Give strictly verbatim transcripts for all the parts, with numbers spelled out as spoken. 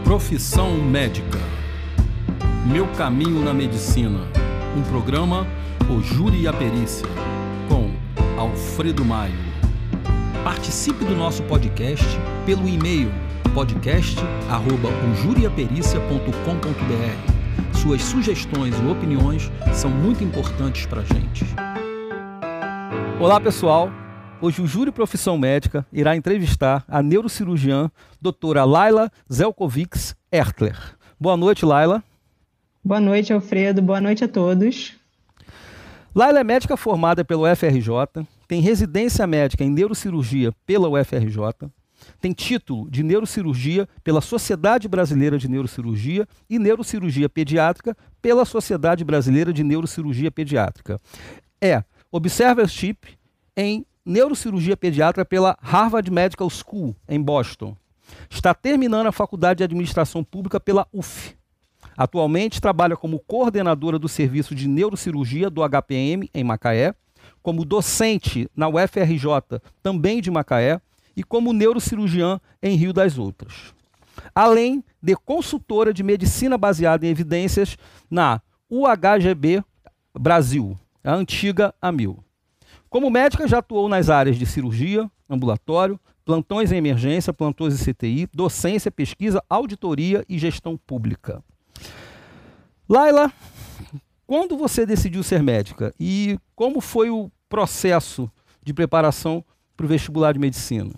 Profissão médica. Meu caminho na medicina. Um programa O Júri e a Perícia, com Alfredo Maio. Participe do nosso podcast pelo e-mail podcast arroba o júri a perícia ponto com ponto b r. Suas sugestões e opiniões são muito importantes para a gente. Olá, pessoal. Hoje o Júri Profissão Médica irá entrevistar a neurocirurgiã doutora Laila Zelkovics Ertler. Boa noite, Laila. Boa noite, Alfredo. Boa noite a todos. Laila é médica formada pelo F R J, tem residência médica em neurocirurgia pela U F R J, tem título de neurocirurgia pela Sociedade Brasileira de Neurocirurgia e neurocirurgia pediátrica pela Sociedade Brasileira de Neurocirurgia Pediátrica. É Observership em neurocirurgia pediátrica pela Harvard Medical School, em Boston. Está terminando a faculdade de administração pública pela U F. Atualmente trabalha como coordenadora do serviço de neurocirurgia do H P M em Macaé, como docente na U F R J, também de Macaé, e como neurocirurgiã em Rio das Outras. Além de consultora de medicina baseada em evidências na U H G B Brasil, a antiga Amil. Como médica, já atuou nas áreas de cirurgia, ambulatório, plantões em emergência, plantões em C T I, docência, pesquisa, auditoria e gestão pública. Laila, quando você decidiu ser médica e como foi o processo de preparação para o vestibular de medicina?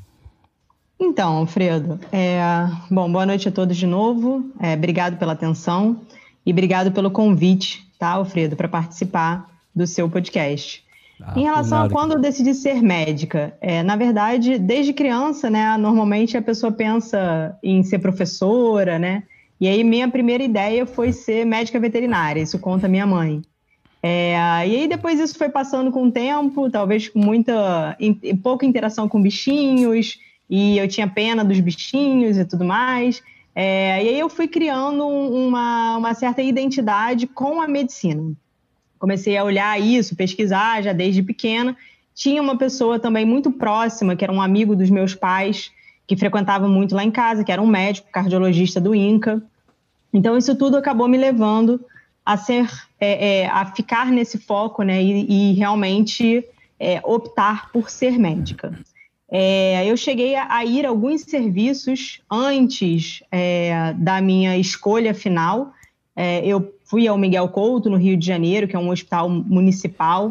Então, Alfredo, é... bom, boa noite a todos de novo, é, obrigado pela atenção e obrigado pelo convite, tá, Alfredo, para participar do seu podcast. Ah, em relação a quando eu decidi ser médica, é, na verdade, desde criança, né, normalmente a pessoa pensa em ser professora, né, e aí minha primeira ideia foi ser médica veterinária, isso conta minha mãe. É, e aí depois isso foi passando com o tempo, talvez com muita, in, pouca interação com bichinhos, e eu tinha pena dos bichinhos e tudo mais, é, e aí eu fui criando uma, uma certa identidade com a medicina. Comecei a olhar isso, pesquisar já desde pequena. Tinha uma pessoa também muito próxima, que era um amigo dos meus pais, que frequentava muito lá em casa, que era um médico, cardiologista do INCA. Então, isso tudo acabou me levando a ser, é, é, a ficar nesse foco, né, e, e realmente é, optar por ser médica. É, eu cheguei a, a ir a alguns serviços antes é, da minha escolha final. É, eu fui ao Miguel Couto, no Rio de Janeiro, que é um hospital municipal,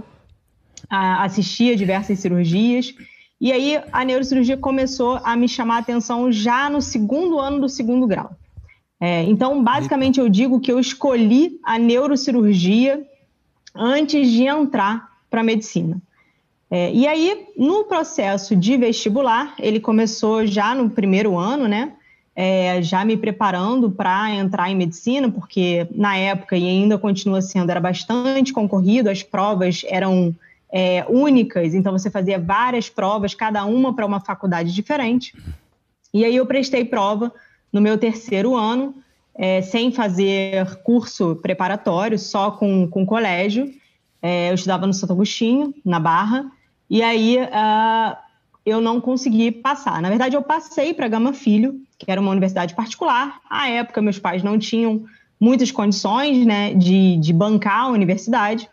a, assisti a diversas cirurgias, e aí a neurocirurgia começou a me chamar a atenção já no segundo ano do segundo grau. É, então, basicamente, eu digo que eu escolhi a neurocirurgia antes de entrar para a medicina. É, e aí, no processo de vestibular, ele começou já no primeiro ano, né? É, já me preparando para entrar em medicina, porque na época, e ainda continua sendo, era bastante concorrido, as provas eram é, únicas, então você fazia várias provas, cada uma para uma faculdade diferente. E aí eu prestei prova no meu terceiro ano, é, sem fazer curso preparatório, só com, com colégio. É, eu estudava no Santo Agostinho, na Barra, e aí uh, eu não consegui passar. Na verdade, eu passei para Gama Filho, que era uma universidade particular. À época, meus pais não tinham muitas condições, né, de, de bancar a universidade,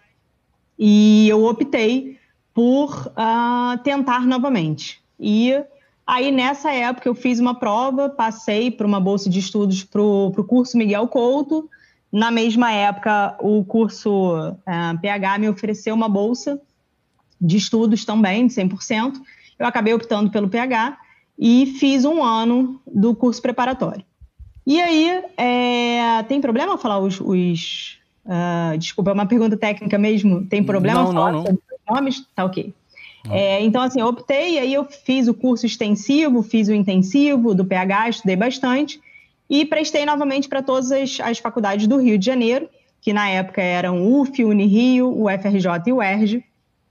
e eu optei por uh, tentar novamente. E aí, nessa época, eu fiz uma prova, passei por uma bolsa de estudos para o curso Miguel Couto. Na mesma época, o curso uh, P H me ofereceu uma bolsa de estudos também, de cem por cento. Eu acabei optando pelo P H, e fiz um ano do curso preparatório. E aí, é, tem problema falar os... os uh, desculpa, é uma pergunta técnica mesmo. Tem problema não, falar não, não. sobre os nomes? Tá ok. É, então, assim, eu optei, aí eu fiz o curso extensivo, fiz o intensivo do P H, estudei bastante, e prestei novamente para todas as, as faculdades do Rio de Janeiro, que na época eram U F, Unirio, U F R J e U E R J,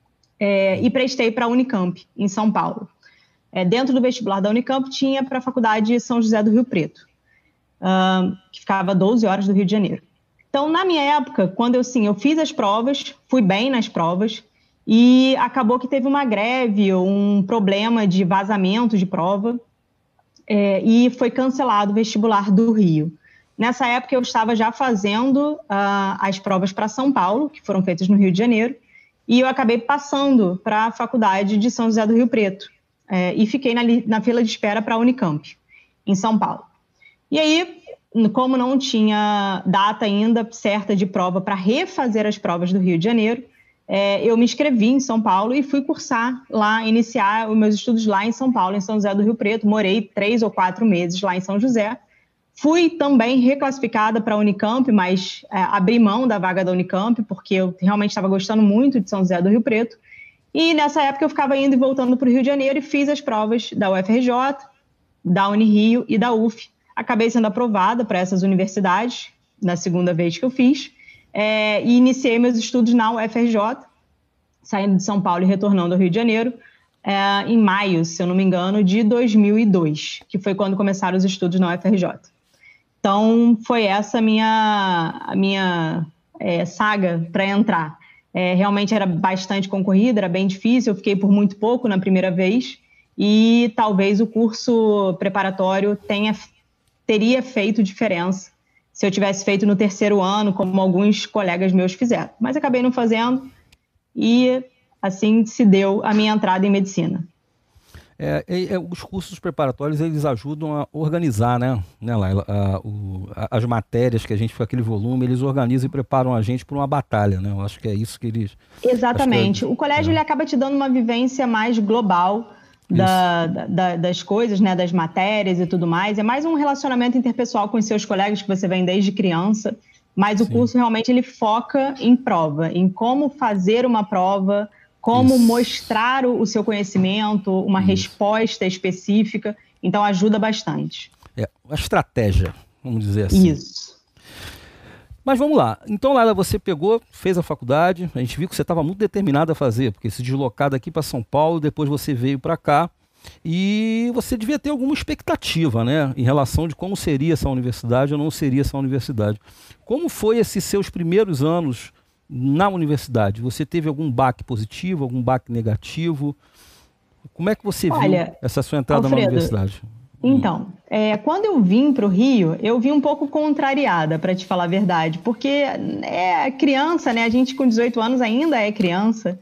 é, e prestei para a Unicamp, em São Paulo. É, dentro do vestibular da Unicamp, tinha para a Faculdade São José do Rio Preto, uh, que ficava a doze horas do Rio de Janeiro. Então, na minha época, quando eu, sim, eu fiz as provas, fui bem nas provas, e acabou que teve uma greve, um problema de vazamento de prova, é, e foi cancelado o vestibular do Rio. Nessa época eu estava já fazendo uh, as provas para São Paulo, que foram feitas no Rio de Janeiro, e eu acabei passando para a faculdade de São José do Rio Preto, é, e fiquei na, na fila de espera para a Unicamp, em São Paulo. E aí, como não tinha data ainda certa de prova para refazer as provas do Rio de Janeiro, é, eu me inscrevi em São Paulo e fui cursar lá, iniciar os meus estudos lá em São Paulo, em São José do Rio Preto. Morei três ou quatro meses lá em São José. Fui também reclassificada para a Unicamp, mas é, abri mão da vaga da Unicamp, porque eu realmente estava gostando muito de São José do Rio Preto. E nessa época eu ficava indo e voltando para o Rio de Janeiro e fiz as provas da U F R J, da Unirio e da U F. Acabei sendo aprovada para essas universidades, na segunda vez que eu fiz, é, e iniciei meus estudos na U F R J, saindo de São Paulo e retornando ao Rio de Janeiro, é, em maio, se eu não me engano, de dois mil e dois, que foi quando começaram os estudos na U F R J. Então, foi essa a minha, a minha é, saga para entrar. É, realmente era bastante concorrida, era bem difícil, eu fiquei por muito pouco na primeira vez, e talvez o curso preparatório tenha teria feito diferença se eu tivesse feito no terceiro ano, como alguns colegas meus fizeram. Mas acabei não fazendo e assim se deu a minha entrada em medicina. É, é, os cursos preparatórios, eles ajudam a organizar, né, né Laila, a, o, a, as matérias que a gente, com aquele volume, eles organizam e preparam a gente para uma batalha, né? Eu acho que é isso que eles... Exatamente. Que é, o colégio é. ele acaba te dando uma vivência mais global Da, da, das coisas, né, das matérias e tudo mais. É mais um relacionamento interpessoal com os seus colegas que você vem desde criança, mas Sim. o curso realmente ele foca em prova, em como fazer uma prova, como Isso. mostrar o, o seu conhecimento, uma Isso. resposta específica. Então ajuda bastante. É, a estratégia, vamos dizer assim. Isso. Mas vamos lá. Então, Laila, você pegou, fez a faculdade, a gente viu que você estava muito determinada a fazer, porque se deslocar daqui para São Paulo, depois você veio para cá, e você devia ter alguma expectativa, né, em relação de como seria essa universidade ou não seria essa universidade. Como foi esses seus primeiros anos na universidade? Você teve algum baque positivo, algum baque negativo? Como é que você Olha, viu essa sua entrada Alfredo, na universidade? Então, é, quando eu vim para o Rio, eu vim um pouco contrariada, para te falar a verdade, porque é criança, né? A gente com dezoito anos ainda é criança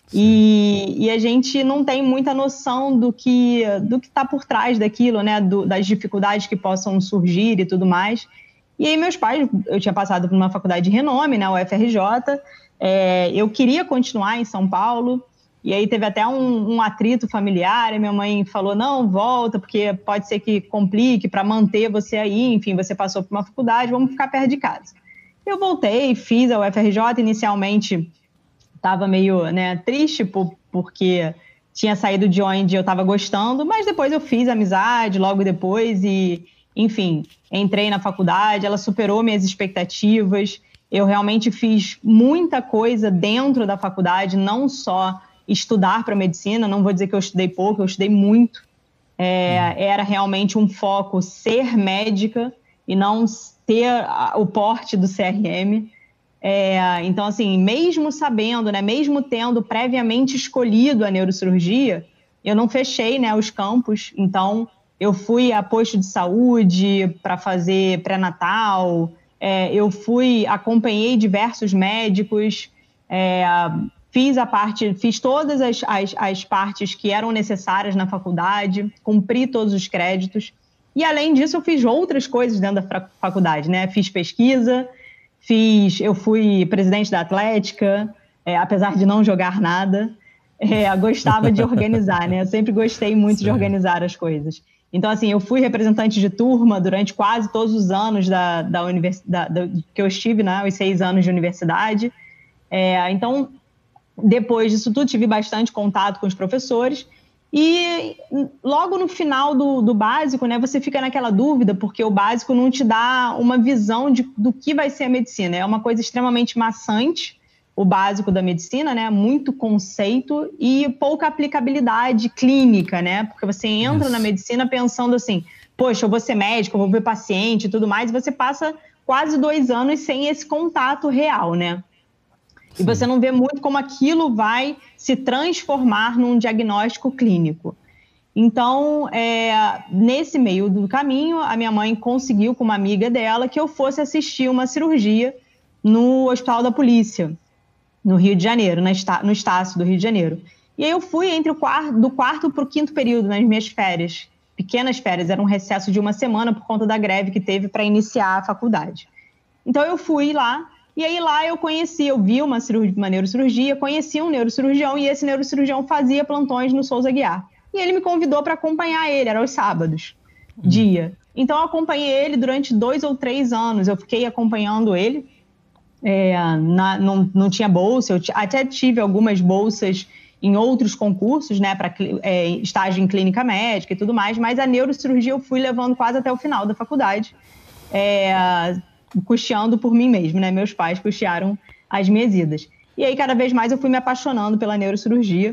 e, e a gente não tem muita noção do que do que está por trás daquilo, né? Do, das dificuldades que possam surgir e tudo mais. E aí meus pais, eu tinha passado por uma faculdade de renome, né? U F R J, é, eu queria continuar em São Paulo. E aí teve até um, um atrito familiar, e minha mãe falou, não, volta, porque pode ser que complique para manter você aí, enfim, você passou por uma faculdade, vamos ficar perto de casa. Eu voltei, fiz a U F R J, inicialmente estava meio né, triste, por, porque tinha saído de onde eu estava gostando, mas depois eu fiz amizade, logo depois, e enfim, entrei na faculdade, ela superou minhas expectativas, eu realmente fiz muita coisa dentro da faculdade, não só estudar para medicina, não vou dizer que eu estudei pouco, eu estudei muito. É, era realmente um foco ser médica e não ter o porte do C R M. É, então, assim, mesmo sabendo, né, mesmo tendo previamente escolhido a neurocirurgia, eu não fechei, né, os campos. Então, eu fui a posto de saúde para fazer pré-natal, é, eu fui, acompanhei diversos médicos, é, Fiz a parte, fiz todas as, as, as partes que eram necessárias na faculdade, cumpri todos os créditos. E, além disso, eu fiz outras coisas dentro da faculdade, né? Fiz pesquisa, fiz, eu fui presidente da Atlética, é, apesar de não jogar nada. É, gostava de organizar, né? Eu sempre gostei muito Sim. de organizar as coisas. Então, assim, eu fui representante de turma durante quase todos os anos da, da universidade, da, que eu estive, né? Os seis anos de universidade. É, então... Depois disso tudo, tive bastante contato com os professores e logo no final do, do básico, né, você fica naquela dúvida, porque o básico não te dá uma visão de, do que vai ser a medicina. É uma coisa extremamente maçante, o básico da medicina, né, muito conceito e pouca aplicabilidade clínica, né, porque você entra Isso. na medicina pensando assim, poxa, eu vou ser médico, eu vou ver paciente e tudo mais, e você passa quase dois anos sem esse contato real, né. E você não vê muito como aquilo vai se transformar num diagnóstico clínico. Então, é, nesse meio do caminho, a minha mãe conseguiu com uma amiga dela que eu fosse assistir uma cirurgia no Hospital da Polícia, no Rio de Janeiro, na Está, no Estácio do Rio de Janeiro. E aí eu fui entre o quarto, do quarto para o quinto período, nas minhas férias, pequenas férias, era um recesso de uma semana por conta da greve que teve para iniciar a faculdade. Então eu fui lá, e aí lá eu conheci, eu vi uma, cirurgia, uma neurocirurgia, conheci um neurocirurgião, e esse neurocirurgião fazia plantões no Souza Aguiar. E ele me convidou para acompanhar ele, era aos sábados, hum. dia. Então eu acompanhei ele durante dois ou três anos, eu fiquei acompanhando ele, é, na, não, não tinha bolsa, eu até tive algumas bolsas em outros concursos, né, para é, estágio em clínica médica e tudo mais, mas a neurocirurgia eu fui levando quase até o final da faculdade, é, custeando por mim mesmo, né, meus pais custearam as minhas idas. E aí cada vez mais eu fui me apaixonando pela neurocirurgia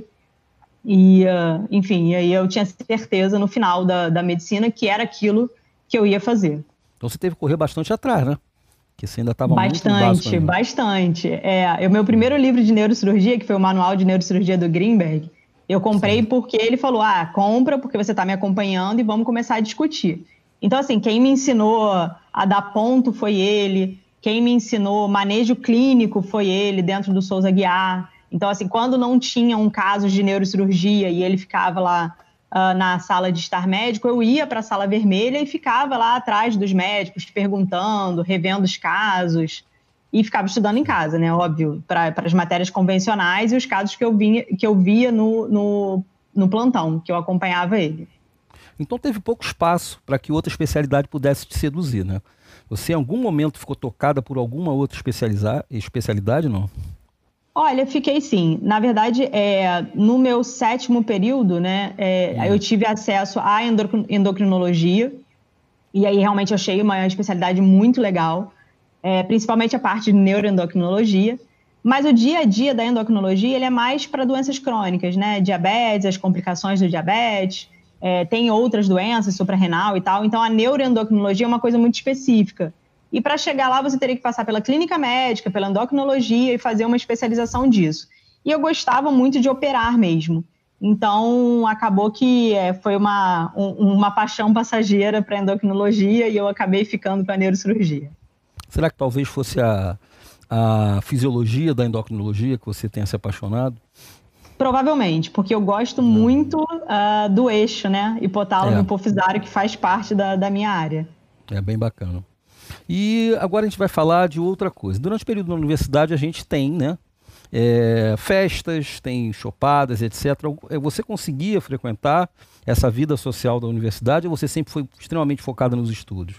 e, uh, enfim, aí eu tinha certeza no final da, da medicina que era aquilo que eu ia fazer. Então você teve que correr bastante atrás, né? Que você ainda estava muito Bastante, bastante. É, o meu primeiro livro de neurocirurgia, que foi o Manual de Neurocirurgia do Greenberg, eu comprei Sim. porque ele falou, ah, compra porque você está me acompanhando e vamos começar a discutir. Então, assim, quem me ensinou a dar ponto foi ele, quem me ensinou manejo clínico foi ele, dentro do Souza Aguiar. Então, assim, quando não tinham casos de neurocirurgia e ele ficava lá uh, na sala de estar médico, eu ia para a sala vermelha e ficava lá atrás dos médicos, perguntando, revendo os casos, e ficava estudando em casa, né, óbvio, para as matérias convencionais e os casos que eu, vinha, que eu via no, no, no plantão, que eu acompanhava ele. Então teve pouco espaço para que outra especialidade pudesse te seduzir, né? Você em algum momento ficou tocada por alguma outra especialidade, não? Olha, fiquei sim. Na verdade, é, no meu sétimo período, né, é, hum. eu tive acesso à endocrinologia, e aí realmente eu achei uma especialidade muito legal, é, principalmente a parte de neuroendocrinologia, mas o dia a dia da endocrinologia ele é mais para doenças crônicas, né, diabetes, as complicações do diabetes, é, tem outras doenças, suprarrenal e tal, então a neuroendocrinologia é uma coisa muito específica. E para chegar lá, você teria que passar pela clínica médica, pela endocrinologia e fazer uma especialização disso. E eu gostava muito de operar mesmo. Então, acabou que é, foi uma, um, uma paixão passageira para a endocrinologia e eu acabei ficando com a neurocirurgia. Será que talvez fosse a, a fisiologia da endocrinologia que você tenha se apaixonado? Provavelmente, porque eu gosto hum. muito uh, do eixo, né? Hipotálamo é. hipofisário, que faz parte da, da minha área. É bem bacana. E agora a gente vai falar de outra coisa. Durante o período da universidade a gente tem, né, é, festas, tem chopadas, etcétera. Você conseguia frequentar essa vida social da universidade ou você sempre foi extremamente focada nos estudos?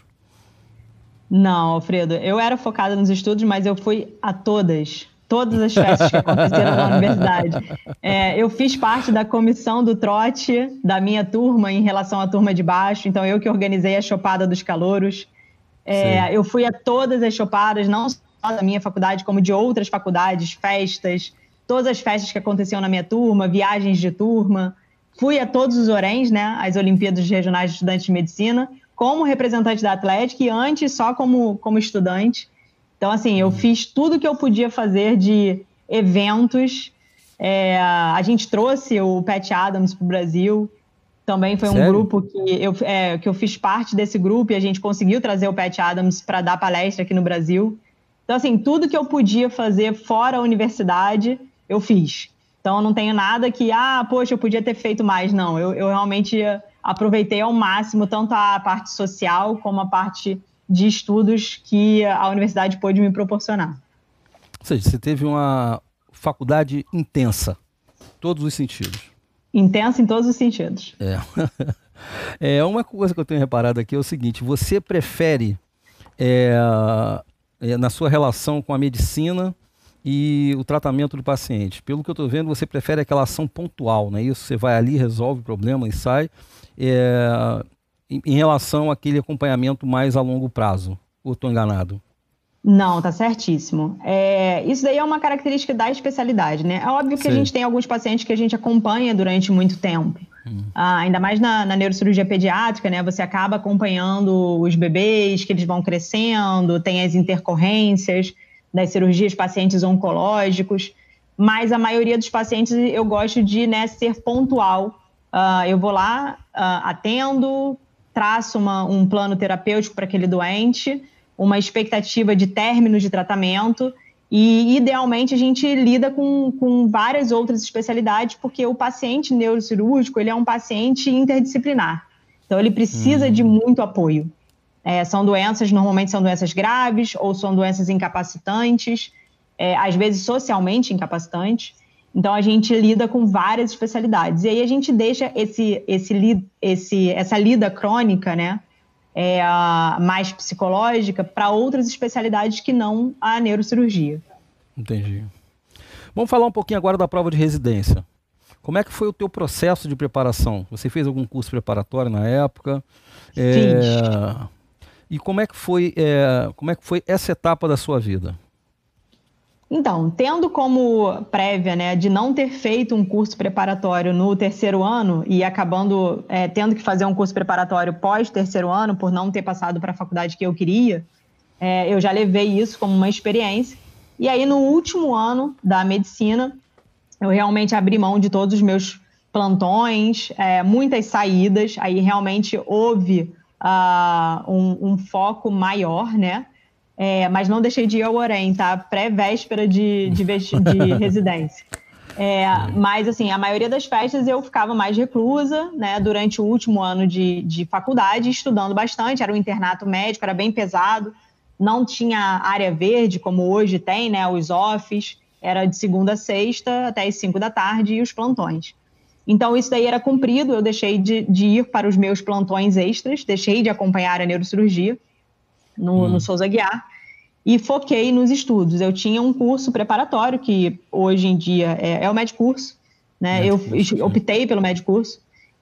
Não, Alfredo, eu era focada nos estudos, mas eu fui a todas, todas as festas que aconteceram na universidade. É, eu fiz parte da comissão do trote da minha turma em relação à turma de baixo, então eu que organizei a chopada dos calouros. É, eu fui a todas as chopadas, não só da minha faculdade, como de outras faculdades, festas, todas as festas que aconteciam na minha turma, viagens de turma. Fui a todos os Oréns, né, as Olimpíadas Regionais de Estudantes de Medicina, como representante da Atlética e antes só como, como estudante. Então, assim, eu fiz tudo que eu podia fazer de eventos. É, a gente trouxe o Pat Adams para o Brasil. Também foi um Sério? grupo que eu, é, que eu fiz parte desse grupo e a gente conseguiu trazer o Pat Adams para dar palestra aqui no Brasil. Então, assim, tudo que eu podia fazer fora a universidade, eu fiz. Então, não tenho nada que, ah, poxa, eu podia ter feito mais. Não, eu, eu realmente aproveitei ao máximo tanto a parte social como a parte de estudos que a universidade pôde me proporcionar. Ou seja, você teve uma faculdade intensa, em todos os sentidos. Intensa em todos os sentidos. É. é. Uma coisa que eu tenho reparado aqui é o seguinte, você prefere, é, é, na sua relação com a medicina e o tratamento do paciente, pelo que eu estou vendo, você prefere aquela ação pontual, não é isso? Você vai ali, resolve o problema e sai, é, em, em relação àquele acompanhamento mais a longo prazo, ou estou enganado? Não, tá certíssimo. É, isso daí é uma característica da especialidade, né? É óbvio que Sim. a gente tem alguns pacientes que a gente acompanha durante muito tempo. Hum. Ah, ainda mais na, na neurocirurgia pediátrica, né? Você acaba acompanhando os bebês, que eles vão crescendo, tem as intercorrências das cirurgias, pacientes oncológicos. Mas a maioria dos pacientes eu gosto de, né, ser pontual uh, eu vou lá, uh, atendo, traço uma, um plano terapêutico para aquele doente, uma expectativa de término de tratamento e, idealmente, a gente lida com, com várias outras especialidades, porque o paciente neurocirúrgico, ele é um paciente interdisciplinar. Então, ele precisa hum. de muito apoio. É, são doenças, normalmente são doenças graves ou são doenças incapacitantes, é, às vezes socialmente incapacitantes. Então, a gente lida com várias especialidades. E aí, a gente deixa esse, esse, esse, essa lida crônica, né, é, a, mais psicológica, para outras especialidades que não a neurocirurgia. Entendi. Vamos falar um pouquinho agora da prova de residência. Como é que foi o teu processo de preparação? Você fez algum curso preparatório na época? Fiz. É... E como é que foi, é... como é que foi essa etapa da sua vida? Então, tendo como prévia, né, de não ter feito um curso preparatório no terceiro ano e acabando é, tendo que fazer um curso preparatório pós terceiro ano, por não ter passado para a faculdade que eu queria, é, eu já levei isso como uma experiência. E aí, no último ano da medicina, eu realmente abri mão de todos os meus plantões, é, muitas saídas, aí realmente houve uh, um, um foco maior, né? É, mas não deixei de ir ao Orem, tá? Pré-véspera de, de, de residência. É, mas, assim, a maioria das festas eu ficava mais reclusa, né? Durante o último ano de, de faculdade, estudando bastante. Era um internato médico, era bem pesado. Não tinha área verde, como hoje tem, né? Os offs. Era de segunda a sexta, até as cinco da tarde, e os plantões. Então, isso daí era cumprido. Eu deixei de, de ir para os meus plantões extras. Deixei de acompanhar a neurocirurgia. No, hum. no Souza Aguiar, e foquei nos estudos. Eu tinha um curso preparatório, que hoje em dia é, é o Medcurso, né? Medcurso, eu optei sim. pelo Medcurso,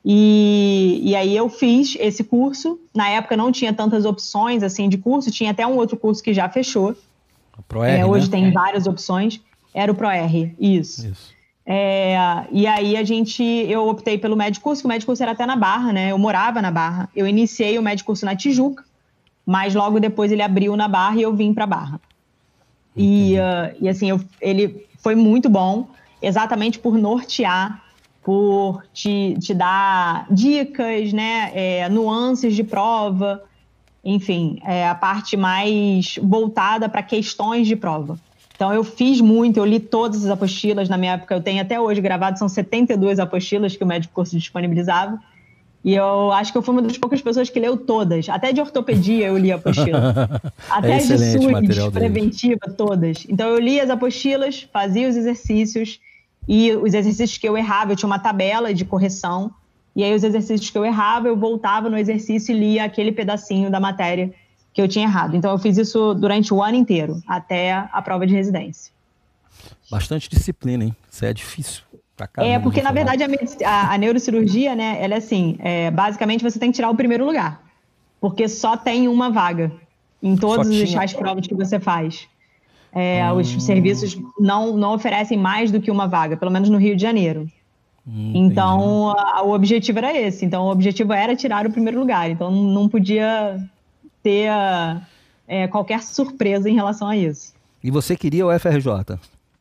e, e aí eu fiz esse curso. Na época não tinha tantas opções assim de curso, tinha até um outro curso que já fechou. O ProR, é, hoje né? tem várias opções. Era o ProR, isso. isso. É, e aí a gente, eu optei pelo Medcurso, que o Medcurso era até na Barra, né? Eu morava na Barra. Eu iniciei o Medcurso na Tijuca, mas logo depois ele abriu na Barra e eu vim para a Barra. E, uh, e assim, eu, ele foi muito bom, exatamente por nortear, por te, te dar dicas, né, é, nuances de prova, enfim, é, a parte mais voltada para questões de prova. Então, eu fiz muito, eu li todas as apostilas. Na minha época, eu tenho até hoje gravado, são setenta e duas apostilas que o Medcurso disponibilizava. E eu acho que eu fui uma das poucas pessoas que leu todas. Até de ortopedia eu li a apostila. Até é as de S U S, preventiva, deles. Todas. Então eu li as apostilas, fazia os exercícios, e os exercícios que eu errava, eu tinha uma tabela de correção, e aí os exercícios que eu errava, eu voltava no exercício e lia aquele pedacinho da matéria que eu tinha errado. Então eu fiz isso durante o ano inteiro, até a prova de residência. Bastante disciplina, hein? Isso é difícil. É, porque, na verdade, a, a, a neurocirurgia, né, ela é assim, é, basicamente você tem que tirar o primeiro lugar, porque só tem uma vaga em todas tinha... as provas que você faz. É, hum. Os serviços não, não oferecem mais do que uma vaga, pelo menos no Rio de Janeiro. Hum, então, a, o objetivo era esse. Então, o objetivo era tirar o primeiro lugar. Então, não podia ter é, qualquer surpresa em relação a isso. E você queria o F R J?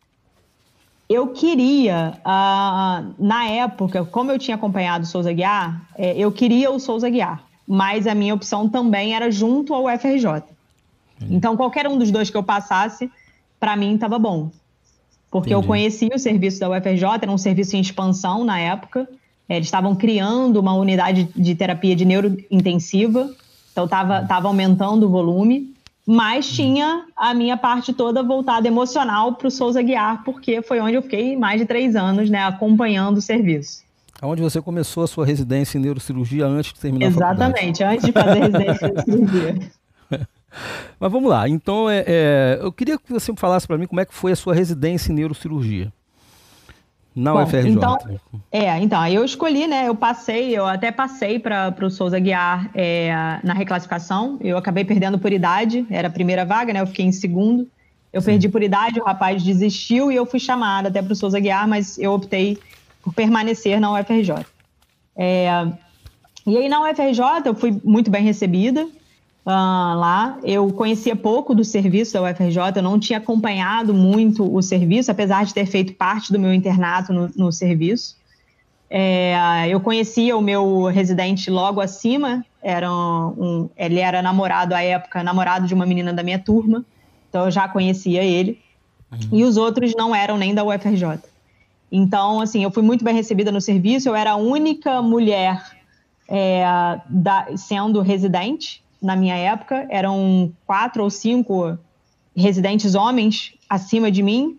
Eu queria, uh, na época, como eu tinha acompanhado o Souza Aguiar, é, eu queria o Souza Aguiar, mas a minha opção também era junto ao F R J. Hum. Então, qualquer um dos dois que eu passasse, para mim estava bom. Porque Entendi. Eu conhecia o serviço da U F R J, era um serviço em expansão na época. É, eles estavam criando uma unidade de terapia de neurointensiva, então estava hum. tava aumentando o volume. Mas tinha a minha parte toda voltada emocional para o Souza Aguiar, porque foi onde eu fiquei mais de três anos, né, acompanhando o serviço. Onde você começou a sua residência em neurocirurgia antes de terminar Exatamente, a faculdade. Antes de fazer residência em neurocirurgia. Mas vamos lá, então é, é, eu queria que você falasse para mim como é que foi a sua residência em neurocirurgia na Bom, U F R J. Então, é, então, aí eu escolhi, né, eu passei, eu até passei para o Souza Aguiar é, na reclassificação, eu acabei perdendo por idade, era a primeira vaga, né, eu fiquei em segundo, eu Sim. perdi por idade, o rapaz desistiu e eu fui chamada até para o Souza Aguiar, mas eu optei por permanecer na U F R J. É, e aí na U F R J eu fui muito bem recebida, Uh, lá, eu conhecia pouco do serviço da U F R J, eu não tinha acompanhado muito o serviço, apesar de ter feito parte do meu internato no, no serviço. É, eu conhecia o meu residente logo acima, era um, ele era namorado à época, namorado de uma menina da minha turma, então eu já conhecia ele. Uhum. E os outros não eram nem da U F R J. Então, assim, eu fui muito bem recebida no serviço, eu era a única mulher é, da, sendo residente na minha época, eram quatro ou cinco residentes homens acima de mim,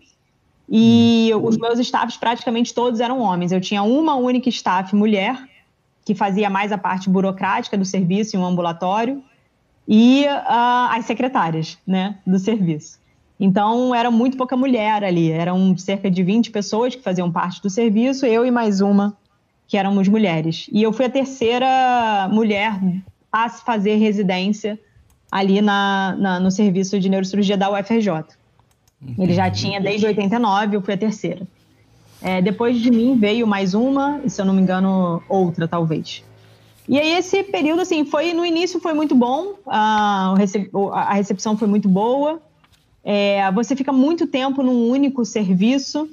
e uhum. os meus staffs praticamente todos eram homens. Eu tinha uma única staff mulher, que fazia mais a parte burocrática do serviço em um ambulatório, e uh, as secretárias, né, do serviço. Então, era muito pouca mulher ali, eram cerca de vinte pessoas que faziam parte do serviço, eu e mais uma que éramos mulheres. E eu fui a terceira mulher a fazer residência ali na, na, no serviço de neurocirurgia da U F R J. Entendi. Ele já tinha desde oitenta e nove, eu fui a terceira. É, depois de mim veio mais uma, e se eu não me engano, outra talvez. E aí esse período, assim, foi, no início foi muito bom, a, a recepção foi muito boa, é, você fica muito tempo num único serviço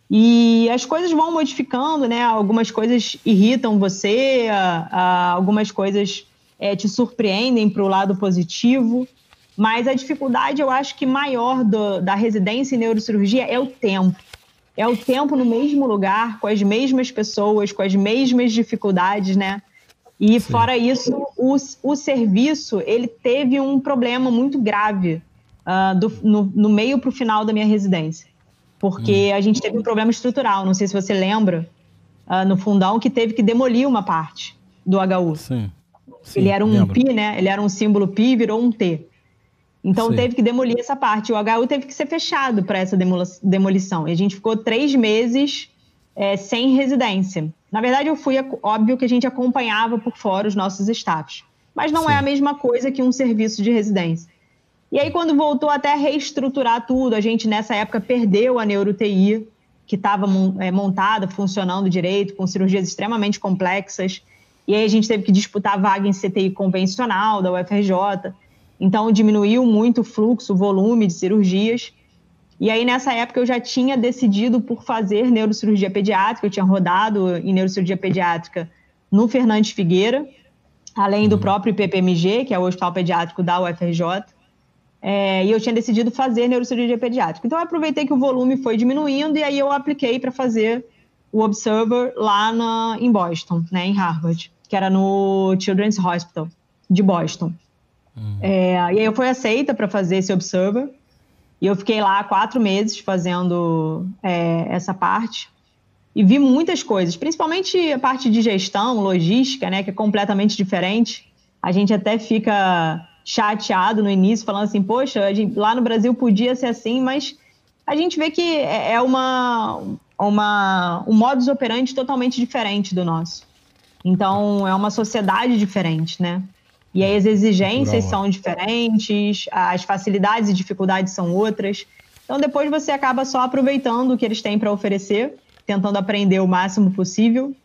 e as coisas vão modificando, né? Algumas coisas irritam você, a, a, algumas coisas é, te surpreendem para o lado positivo, mas a dificuldade, eu acho que maior do, da residência em neurocirurgia é o tempo. É o tempo no mesmo lugar, com as mesmas pessoas, com as mesmas dificuldades, né? E, Sim. fora isso, o, o serviço, ele teve um problema muito grave uh, do, no, no meio para o final da minha residência. Porque hum. a gente teve um problema estrutural, não sei se você lembra, uh, no fundão, que teve que demolir uma parte do H U. Sim. Sim, ele era um lembro. Pi, né? Ele era um símbolo Pi, virou um T. Então, Sim. teve que demolir essa parte. O H U teve que ser fechado para essa demolição. E a gente ficou três meses é, sem residência. Na verdade, eu fui... Óbvio que a gente acompanhava por fora os nossos staffs. Mas não Sim. é a mesma coisa que um serviço de residência. E aí, quando voltou até a reestruturar tudo, a gente, nessa época, perdeu a neuro-T I, que estava é, montada, funcionando direito, com cirurgias extremamente complexas. E aí, a gente teve que disputar vaga em C T I convencional da U F R J. Então, diminuiu muito o fluxo, o volume de cirurgias. E aí, nessa época, eu já tinha decidido por fazer neurocirurgia pediátrica. Eu tinha rodado em neurocirurgia pediátrica no Fernandes Figueira, além do próprio I P P M G, que é o Hospital Pediátrico da U F R J. É, e eu tinha decidido fazer neurocirurgia pediátrica. Então, eu aproveitei que o volume foi diminuindo e aí eu apliquei para fazer o Observer lá na, em Boston, né, em Harvard, que era no Children's Hospital de Boston. Uhum. É, e aí eu fui aceita para fazer esse Observer e eu fiquei lá quatro meses fazendo é, essa parte e vi muitas coisas, principalmente a parte de gestão, logística, né, que é completamente diferente. A gente até fica chateado no início, falando assim, poxa, a gente, lá no Brasil podia ser assim, mas a gente vê que é uma, uma, um modus operandi totalmente diferente do nosso. Então, é uma sociedade diferente, né? E aí as exigências Cultural. são diferentes, as facilidades e dificuldades são outras. Então, depois você acaba só aproveitando o que eles têm para oferecer, tentando aprender o máximo possível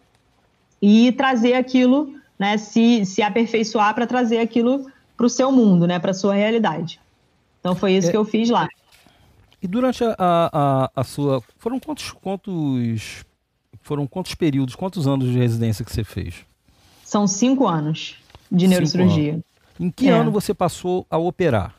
e trazer aquilo, né, se, se aperfeiçoar para trazer aquilo para o seu mundo, né, para a sua realidade. Então, foi isso é, que eu fiz lá. E durante a, a, a sua... Foram quantos, quantos, foram quantos períodos, quantos anos de residência que você fez? São cinco anos de neurocirurgia. Anos. Em que é. ano você passou a operar?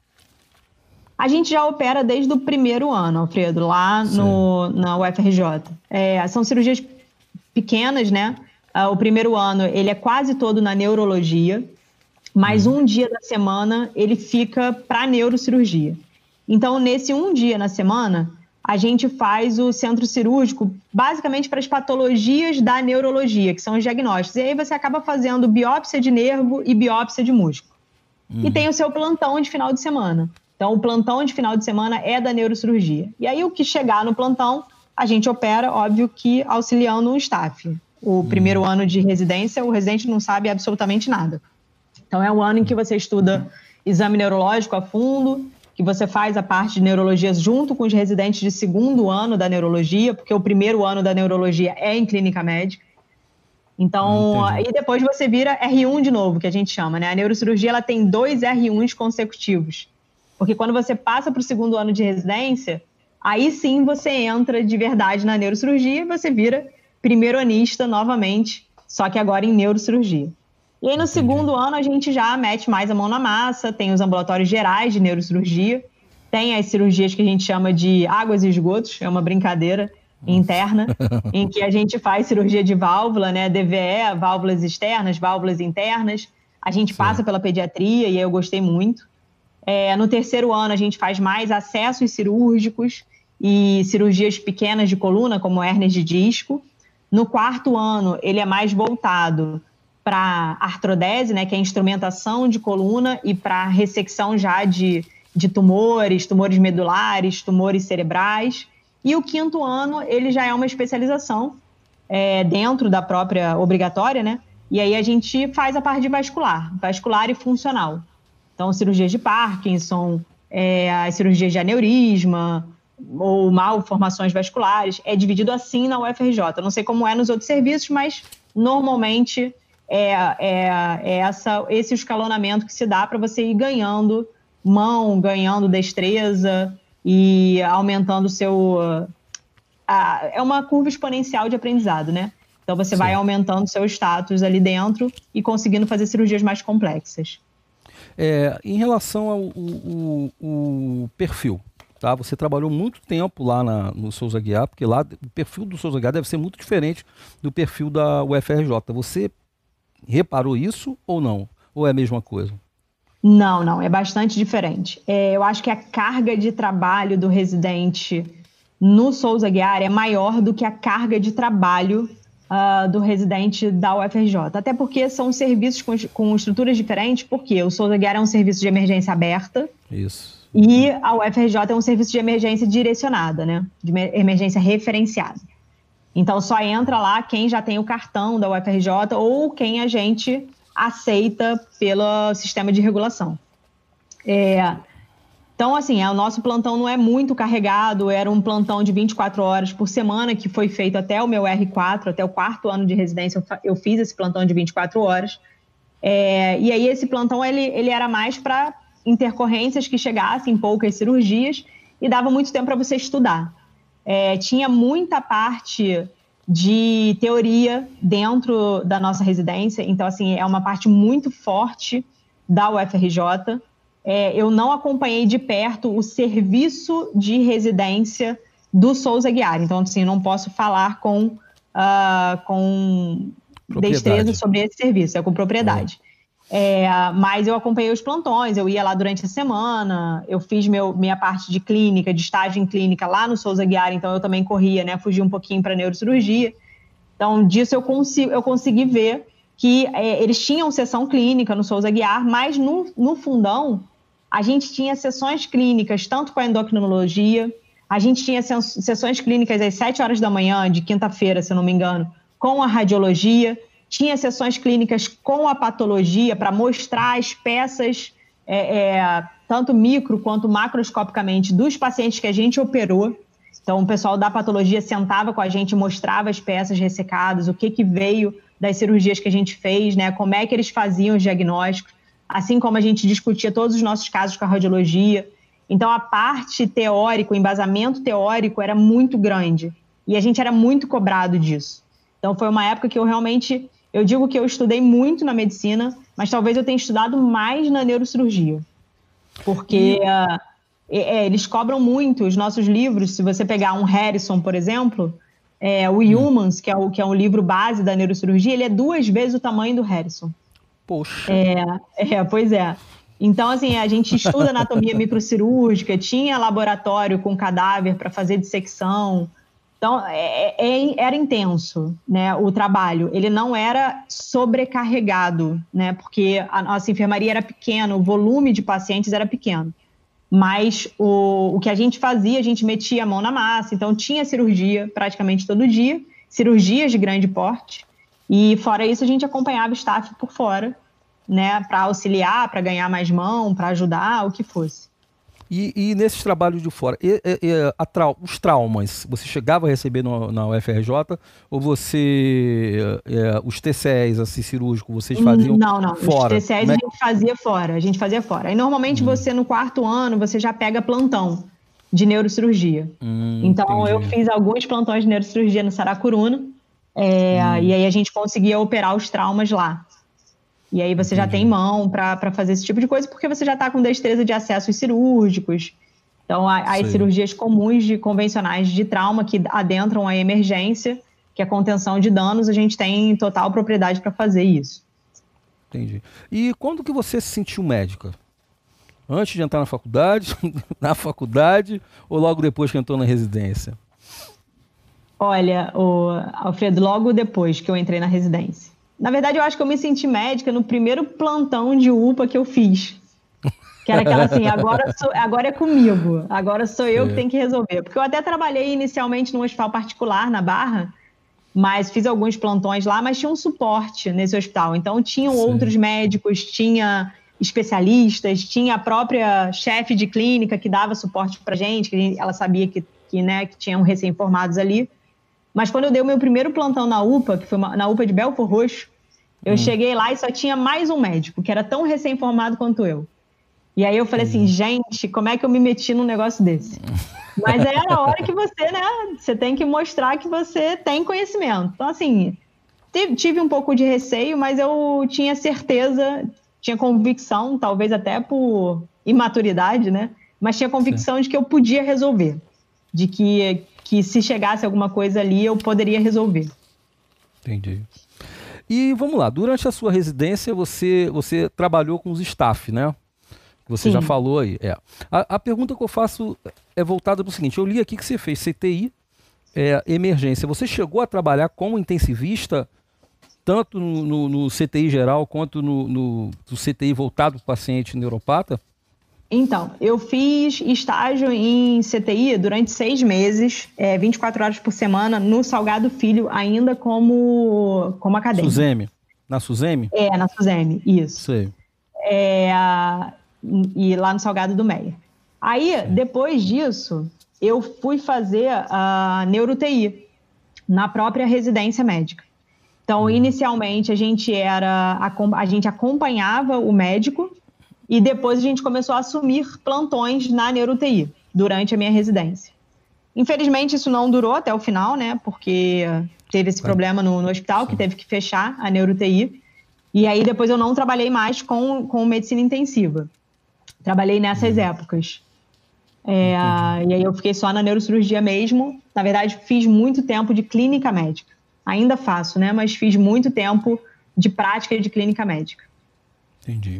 A gente já opera desde o primeiro ano, Alfredo, lá no, na U F R J. É, são cirurgias pequenas, né? Uh, o primeiro ano, ele é quase todo na neurologia, mas hum. um dia da semana ele fica para neurocirurgia. Então, nesse um dia na semana, a gente faz o centro cirúrgico basicamente para as patologias da neurologia, que são os diagnósticos. E aí você acaba fazendo biópsia de nervo e biópsia de músculo. Hum. E tem o seu plantão de final de semana. Então, o plantão de final de semana é da neurocirurgia. E aí, o que chegar no plantão, a gente opera, óbvio que auxiliando o staff. O hum. primeiro ano de residência, o residente não sabe absolutamente nada. Então, é o ano em que você estuda exame neurológico a fundo, que você faz a parte de neurologia junto com os residentes de segundo ano da neurologia, porque o primeiro ano da neurologia é em clínica médica. Então, aí depois você vira R um de novo, que a gente chama, né? A neurocirurgia, ela tem dois R uns consecutivos. Porque quando você passa para o segundo ano de residência, aí sim você entra de verdade na neurocirurgia e você vira primeironista novamente, só que agora em neurocirurgia. E aí no Entendi. segundo ano a gente já mete mais a mão na massa, tem os ambulatórios gerais de neurocirurgia, tem as cirurgias que a gente chama de águas e esgotos, é uma brincadeira interna, em que a gente faz cirurgia de válvula, né, D V E, válvulas externas, válvulas internas, a gente Sim. passa pela pediatria e eu gostei muito. É, no terceiro ano a gente faz mais acessos cirúrgicos e cirurgias pequenas de coluna, como hérnias de disco. No quarto ano ele é mais voltado para artrodese, né, que é a instrumentação de coluna, e para ressecção já de, de tumores, tumores medulares, tumores cerebrais. E o quinto ano, ele já é uma especialização é, dentro da própria obrigatória, né? E aí a gente faz a parte de vascular, vascular e funcional. Então, cirurgias de Parkinson, é, as cirurgias de aneurisma ou malformações vasculares, é dividido assim na U F R J. Eu não sei como é nos outros serviços, mas normalmente é, é, é essa, esse escalonamento que se dá para você ir ganhando mão, ganhando destreza e aumentando o seu... A, é uma curva exponencial de aprendizado, né? Então você Sim. vai aumentando o seu status ali dentro e conseguindo fazer cirurgias mais complexas. É, em relação ao o, o, o perfil, tá? Você trabalhou muito tempo lá na, no Souza Aguiar, porque lá o perfil do Souza Aguiar deve ser muito diferente do perfil da U F R J. Você reparou isso ou não? Ou é a mesma coisa? Não, não, é bastante diferente. É, eu acho que a carga de trabalho do residente no Souza Aguiar é maior do que a carga de trabalho uh, do residente da U F R J. Até porque são serviços com, com estruturas diferentes, porque o Souza Aguiar é um serviço de emergência aberta. Isso. E a U F R J é um serviço de emergência direcionada, né? De emergência referenciada. Então, só entra lá quem já tem o cartão da U F R J ou quem a gente aceita pelo sistema de regulação. É, então, assim, o nosso plantão não é muito carregado, era um plantão de vinte e quatro horas por semana, que foi feito até o meu R quatro, até o quarto ano de residência, eu, eu fiz esse plantão de vinte e quatro horas. É, e aí, esse plantão, ele, ele era mais para intercorrências que chegassem, poucas cirurgias, e dava muito tempo para você estudar. É, tinha muita parte de teoria dentro da nossa residência, então, assim, é uma parte muito forte da U F R J. É, eu não acompanhei de perto o serviço de residência do Souza Aguiar, então, assim, não posso falar com, uh, com destreza sobre esse serviço, é com propriedade. É. É, mas eu acompanhei os plantões, eu ia lá durante a semana, eu fiz meu, minha parte de clínica, de estágio em clínica lá no Souza Aguiar, então eu também corria, né, fugi um pouquinho para neurocirurgia. Então, disso eu, consigo, eu consegui ver que é, eles tinham sessão clínica no Souza Aguiar, mas no, no fundão a gente tinha sessões clínicas tanto com a endocrinologia, a gente tinha sessões clínicas às sete horas da manhã, de quinta-feira, se eu não me engano, com a radiologia, tinha sessões clínicas com a patologia para mostrar as peças, é, é, tanto micro quanto macroscopicamente, dos pacientes que a gente operou. Então, o pessoal da patologia sentava com a gente e mostrava as peças ressecadas, o que, que veio das cirurgias que a gente fez, né, como é que eles faziam os diagnósticos, assim como a gente discutia todos os nossos casos com a radiologia. Então, a parte teórica, o embasamento teórico era muito grande e a gente era muito cobrado disso. Então, foi uma época que eu realmente... Eu digo que eu estudei muito na medicina, mas talvez eu tenha estudado mais na neurocirurgia. Porque uh, é, eles cobram muito os nossos livros. Se você pegar um Harrison, por exemplo, é, o Humans, que é, o, que é um livro base da neurocirurgia, ele é duas vezes o tamanho do Harrison. Poxa! É, é, pois é. Então, assim, a gente estuda anatomia microcirúrgica, tinha laboratório com cadáver para fazer dissecção. Então, é, é, era intenso, né, o trabalho. Ele não era sobrecarregado, né, porque a nossa enfermaria era pequena, o volume de pacientes era pequeno. Mas o, o que a gente fazia, a gente metia a mão na massa, então tinha cirurgia praticamente todo dia, cirurgias de grande porte, e fora isso a gente acompanhava o staff por fora, né, para auxiliar, para ganhar mais mão, para ajudar, o que fosse. E, e nesses trabalhos de fora, e, e, a trau os traumas, você chegava a receber no, na U F R J ou você, é, os T C Es assim, cirúrgicos, vocês faziam não, não. fora? Os T C Es a gente fazia fora, a gente fazia fora. E normalmente hum. você no quarto ano, você já pega plantão de neurocirurgia. Hum, então entendi. Eu fiz alguns plantões de neurocirurgia no Saracuruna, É, hum. E aí a gente conseguia operar os traumas lá. E aí você Entendi. já tem mão para fazer esse tipo de coisa, porque você já está com destreza de acessos cirúrgicos. Então, há, as cirurgias comuns de convencionais de trauma que adentram a emergência, que é a contenção de danos, a gente tem total propriedade para fazer isso. Entendi. E quando que você se sentiu médica? Antes de entrar na faculdade, na faculdade ou logo depois que entrou na residência? Olha, o Alfredo, logo depois que eu entrei na residência. Na verdade, eu acho que eu me senti médica no primeiro plantão de U P A que eu fiz. Que era aquela assim, agora, sou, agora é comigo, agora sou eu é. que tenho que resolver. Porque eu até trabalhei inicialmente num hospital particular, na Barra, mas fiz alguns plantões lá, mas tinha um suporte nesse hospital. Então, tinham Sim. outros médicos, tinha especialistas, tinha a própria chefe de clínica que dava suporte pra gente, que ela sabia que, que, né, que tinham recém-formados ali. Mas quando eu dei o meu primeiro plantão na U P A, que foi uma, na U P A de Belford Roxo, eu hum. cheguei lá e só tinha mais um médico, que era tão recém-formado quanto eu. E aí eu falei assim, gente, como é que eu me meti num negócio desse? Mas é a hora que você, né, você tem que mostrar que você tem conhecimento. Então, assim, tive um pouco de receio, mas eu tinha certeza, tinha convicção, talvez até por imaturidade, né? Mas tinha convicção Sim. de que eu podia resolver. De que, que se chegasse alguma coisa ali, eu poderia resolver. Entendi. E vamos lá, durante a sua residência, você, você trabalhou com os staff, né? Você Sim. já falou aí. É. A, a pergunta que eu faço é voltada para o seguinte, eu li aqui que você fez C T I, é, emergência. Você chegou a trabalhar como intensivista, tanto no, no, no C T I geral, quanto no, no, no C T I voltado para o paciente neuropata? Então, eu fiz estágio em C T I durante seis meses, é, vinte e quatro horas por semana, no Salgado Filho, ainda como, como acadêmico. Suzeme? Na Suzeme? É, na Suzeme, isso. Sei. É, e lá no Salgado do Meia. Aí, Sim. depois disso, eu fui fazer a neuro T I na própria residência médica. Então, hum. inicialmente, a gente, era, a gente acompanhava o médico e depois a gente começou a assumir plantões na neuro T I durante a minha residência. Infelizmente, isso não durou até o final, né? Porque teve esse Sim. problema no, no hospital, Sim. que teve que fechar a neuro T I. E aí, depois eu não trabalhei mais com, com medicina intensiva. Trabalhei nessas épocas. É, e aí eu fiquei só na neurocirurgia mesmo. Na verdade, fiz muito tempo de clínica médica. Ainda faço, né? Mas fiz muito tempo de prática de clínica médica. Entendi.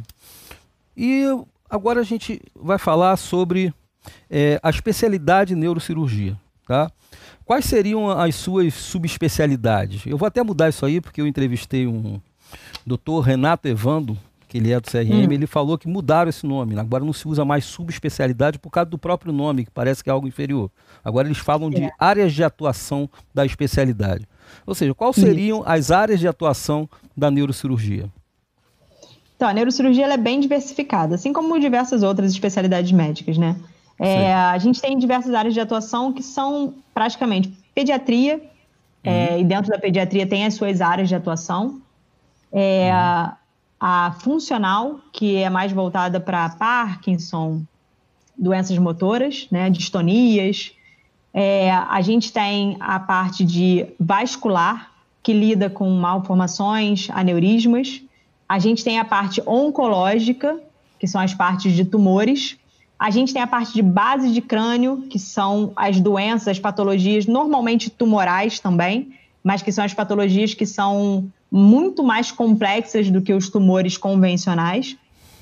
E agora a gente vai falar sobre é, a especialidade neurocirurgia, tá? Quais seriam as suas subespecialidades? Eu vou até mudar isso aí, porque eu entrevistei um doutor Renato Evando, que ele é do C R M, hum. ele falou que mudaram esse nome. Agora não se usa mais subespecialidade por causa do próprio nome, que parece que é algo inferior. Agora eles falam é. de áreas de atuação da especialidade. Ou seja, quais seriam Isso. as áreas de atuação da neurocirurgia? Então, a neurocirurgia ela é bem diversificada, assim como diversas outras especialidades médicas, né? É, a gente tem diversas áreas de atuação que são praticamente pediatria, uhum. é, e dentro da pediatria tem as suas áreas de atuação. É, uhum. A funcional, que é mais voltada para Parkinson, doenças motoras, né, distonias. É, a gente tem a parte de vascular, que lida com malformações, aneurismas. A gente tem a parte oncológica, que são as partes de tumores. A gente tem a parte de base de crânio, que são as doenças, as patologias, normalmente tumorais também, mas que são as patologias que são muito mais complexas do que os tumores convencionais.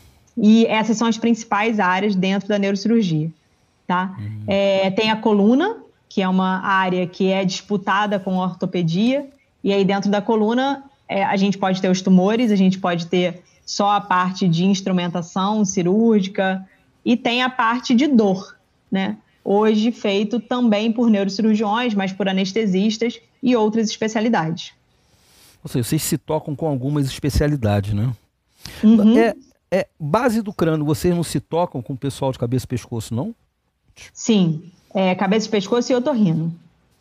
E essas são as principais áreas dentro da neurocirurgia, tá? Uhum. É, tem a coluna, que é uma área que é disputada com a ortopedia, e aí dentro da coluna é, a gente pode ter os tumores, a gente pode ter só a parte de instrumentação cirúrgica, e tem a parte de dor, né? Hoje feito também por neurocirurgiões, mas por anestesistas e outras especialidades. Ou seja, vocês se tocam com algumas especialidades, né? Uhum. É, é, base do crânio, vocês não se tocam com o pessoal de cabeça e pescoço, não? Sim, é, cabeça e pescoço e otorrino.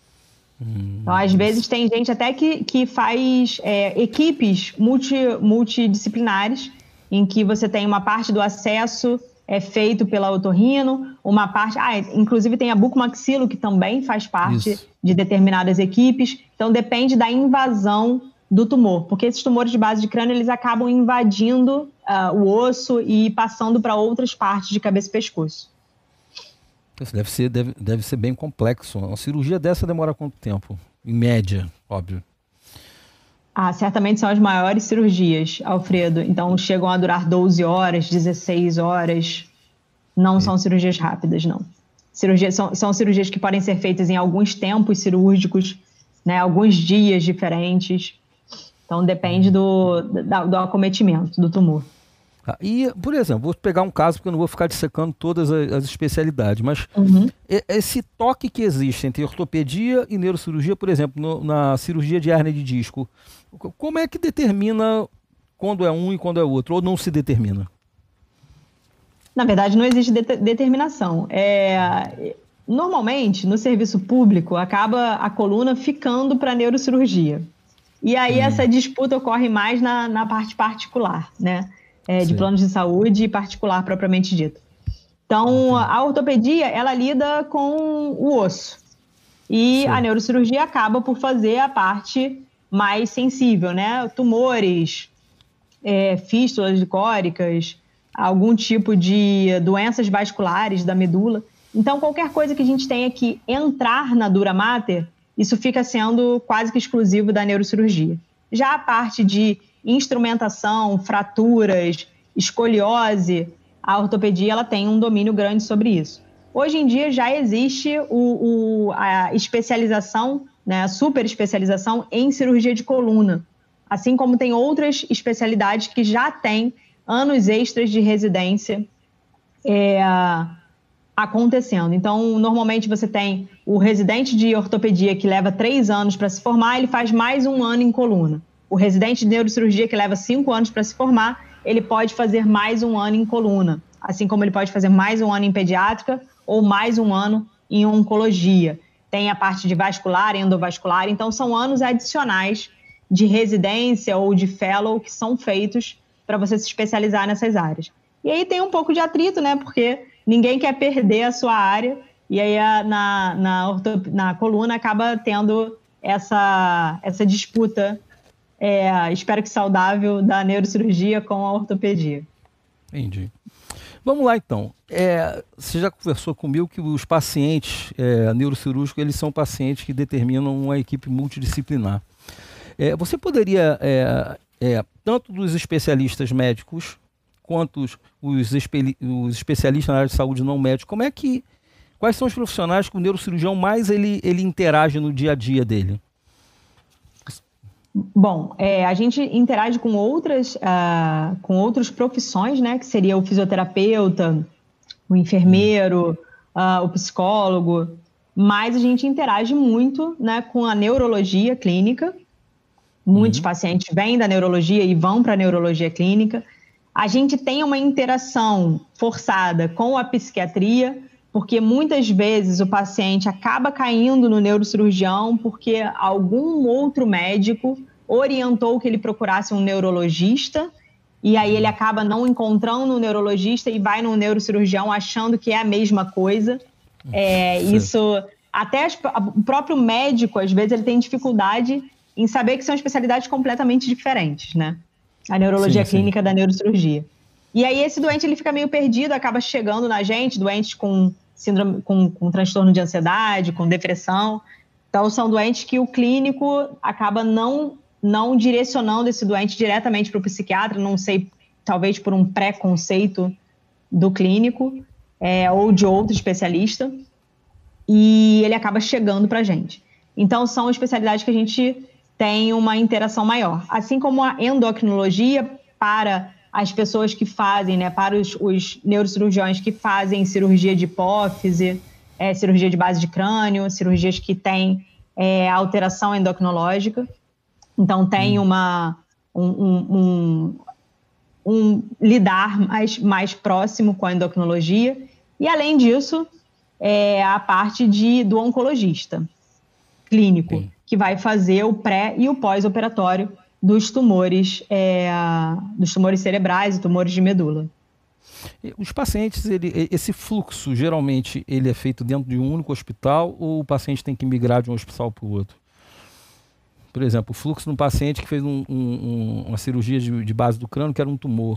Hum. Então, às vezes, tem gente até que, que faz é, equipes multi, multidisciplinares, em que você tem uma parte do acesso é feito pela otorrino, uma parte... Ah, inclusive tem a bucomaxilo, que também faz parte Isso. de determinadas equipes. Então, depende da invasão do tumor, porque esses tumores de base de crânio, eles acabam invadindo uh, o osso e passando para outras partes de cabeça e pescoço. Isso deve ser, deve, deve ser bem complexo. Uma cirurgia dessa demora quanto tempo? Em média, óbvio. Ah, certamente são as maiores cirurgias, Alfredo. Então, chegam a durar doze horas, dezesseis horas. Não e... são cirurgias rápidas, não. Cirurgias, são, são cirurgias que podem ser feitas em alguns tempos cirúrgicos, né, alguns dias diferentes. Então, depende do, do, do acometimento do tumor. Ah, e, por exemplo, vou pegar um caso, porque eu não vou ficar dissecando todas as, as especialidades, mas uhum. esse toque que existe entre ortopedia e neurocirurgia, por exemplo, no, na cirurgia de hérnia de disco, como é que determina quando é um e quando é outro, ou não se determina? Na verdade, não existe de- determinação. É, normalmente, no serviço público, acaba a coluna ficando para a neurocirurgia. E aí hum. essa disputa ocorre mais na, na parte particular, né? É, de planos de saúde particular propriamente dito. Então, a ortopedia, ela lida com o osso. E Sim. a neurocirurgia acaba por fazer a parte mais sensível, né? Tumores, é, fístulas córicas, algum tipo de doenças vasculares da medula. Então, qualquer coisa que a gente tenha que entrar na dura mater, isso fica sendo quase que exclusivo da neurocirurgia. Já a parte de instrumentação, fraturas, escoliose, a ortopedia ela tem um domínio grande sobre isso. Hoje em dia já existe o, o, a especialização, né, a super especialização em cirurgia de coluna, assim como tem outras especialidades que já têm anos extras de residência é, acontecendo. Então, normalmente você tem o residente de ortopedia que leva três anos para se formar, ele faz mais um ano em coluna. O residente de neurocirurgia, que leva cinco anos para se formar, ele pode fazer mais um ano em coluna, assim como ele pode fazer mais um ano em pediátrica ou mais um ano em oncologia. Tem a parte de vascular, endovascular, então são anos adicionais de residência ou de fellow que são feitos para você se especializar nessas áreas. E aí tem um pouco de atrito, né? Porque ninguém quer perder a sua área e aí a, na, na, orto, na coluna acaba tendo essa, essa disputa É, espero que saudável, da neurocirurgia com a ortopedia. Entendi. Vamos lá, então. É, você já conversou comigo que os pacientes é, neurocirúrgicos, eles são pacientes que determinam uma equipe multidisciplinar. É, você poderia, é, é, tanto dos especialistas médicos, quanto os, os, espe- os especialistas na área de saúde não médicos, como é que, quais são os profissionais que o neurocirurgião mais ele, ele interage no dia a dia dele? Bom, é, a gente interage com outras, uh, com outras profissões, né? Que seria o fisioterapeuta, o enfermeiro, uh, o psicólogo, mas a gente interage muito, né, com a neurologia clínica. Muitos uhum. pacientes vêm da neurologia e vão para a neurologia clínica. A gente tem uma interação forçada com a psiquiatria, porque muitas vezes o paciente acaba caindo no neurocirurgião porque algum outro médico orientou que ele procurasse um neurologista e aí ele acaba não encontrando um neurologista e vai no neurocirurgião achando que é a mesma coisa. É, isso, até as, o próprio médico, às vezes, ele tem dificuldade em saber que são especialidades completamente diferentes, né? A neurologia sim, clínica sim. da neurocirurgia. E aí esse doente ele fica meio perdido, acaba chegando na gente, doentes com síndrome, com, com transtorno de ansiedade, com depressão. Então são doentes que o clínico acaba não, não direcionando esse doente diretamente para o psiquiatra, não sei, talvez por um preconceito do clínico é, ou de outro especialista, e ele acaba chegando para a gente. Então são especialidades que a gente tem uma interação maior. Assim como a endocrinologia para as pessoas que fazem, né, para os, os neurocirurgiões que fazem cirurgia de hipófise, é, cirurgia de base de crânio, cirurgias que têm é, alteração endocrinológica. Então, tem uma, um, um, um, um lidar mais, mais próximo com a endocrinologia. E, além disso, é a parte de, do oncologista clínico, Sim. que vai fazer o pré e o pós-operatório dos tumores, é, dos tumores cerebrais e tumores de medula. Os pacientes, ele, esse fluxo, geralmente, ele é feito dentro de um único hospital ou o paciente tem que migrar de um hospital para o outro? Por exemplo, o fluxo de um paciente que fez um, um, uma cirurgia de, de base do crânio, que era um tumor.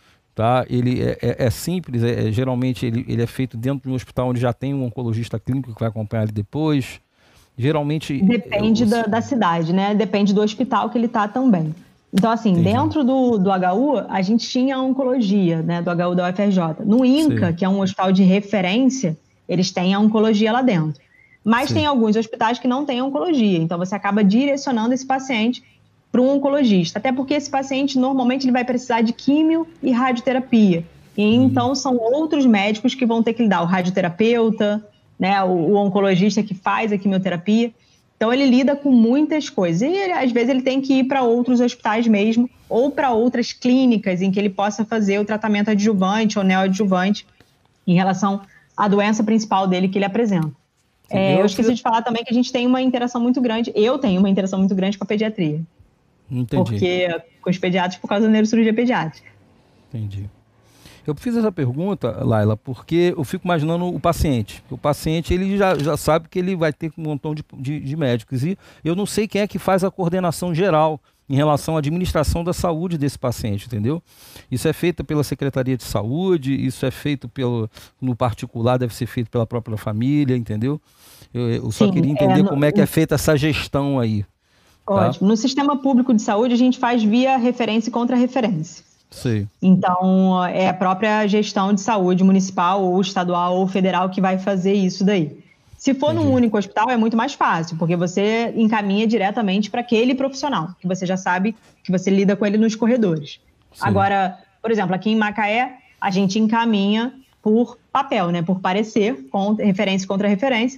Tá? Ele é, é, é simples, é, é, geralmente ele, ele é feito dentro de um hospital onde já tem um oncologista clínico que vai acompanhar ele depois. Geralmente... Depende eu, da, da cidade, né? Depende do hospital que ele está também. Então, assim, Entendi. dentro do, do H U, a gente tinha a oncologia, né? Do H U da U F R J. No INCA, Sim. que é um hospital de referência, eles têm a oncologia lá dentro. Mas Sim. tem alguns hospitais que não têm oncologia. Então, você acaba direcionando esse paciente para um oncologista. Até porque esse paciente, normalmente, ele vai precisar de químio e radioterapia. E, hum. Então, são outros médicos que vão ter que lidar. O radioterapeuta, né? O, o oncologista que faz a quimioterapia. Então, ele lida com muitas coisas. E, ele, às vezes, ele tem que ir para outros hospitais mesmo, ou para outras clínicas em que ele possa fazer o tratamento adjuvante ou neoadjuvante em relação à doença principal dele que ele apresenta. É, eu esqueci de falar também que a gente tem uma interação muito grande, eu tenho uma interação muito grande com a pediatria. Entendi. Porque, com os pediatras, por causa da neurocirurgia pediátrica. Entendi. Eu fiz essa pergunta, Laila, porque eu fico imaginando o paciente. O paciente, ele já, já sabe que ele vai ter um montão de, de, de médicos. E eu não sei quem é que faz a coordenação geral em relação à administração da saúde desse paciente, entendeu? Isso é feito pela Secretaria de Saúde, isso é feito pelo, no particular, deve ser feito pela própria família, entendeu? Eu, eu só Sim, queria entender é, no, como é que é feita essa gestão aí. Ótimo. Tá? No sistema público de saúde, a gente faz via referência e contra-referência. Sim. Então, é a própria gestão de saúde municipal ou estadual ou federal que vai fazer isso daí. Se for Entendi. num único hospital, é muito mais fácil, porque você encaminha diretamente para aquele profissional, que você já sabe que você lida com ele nos corredores. Sim. Agora, por exemplo, aqui em Macaé, a gente encaminha por papel, né, por parecer, com referência e contra-referência,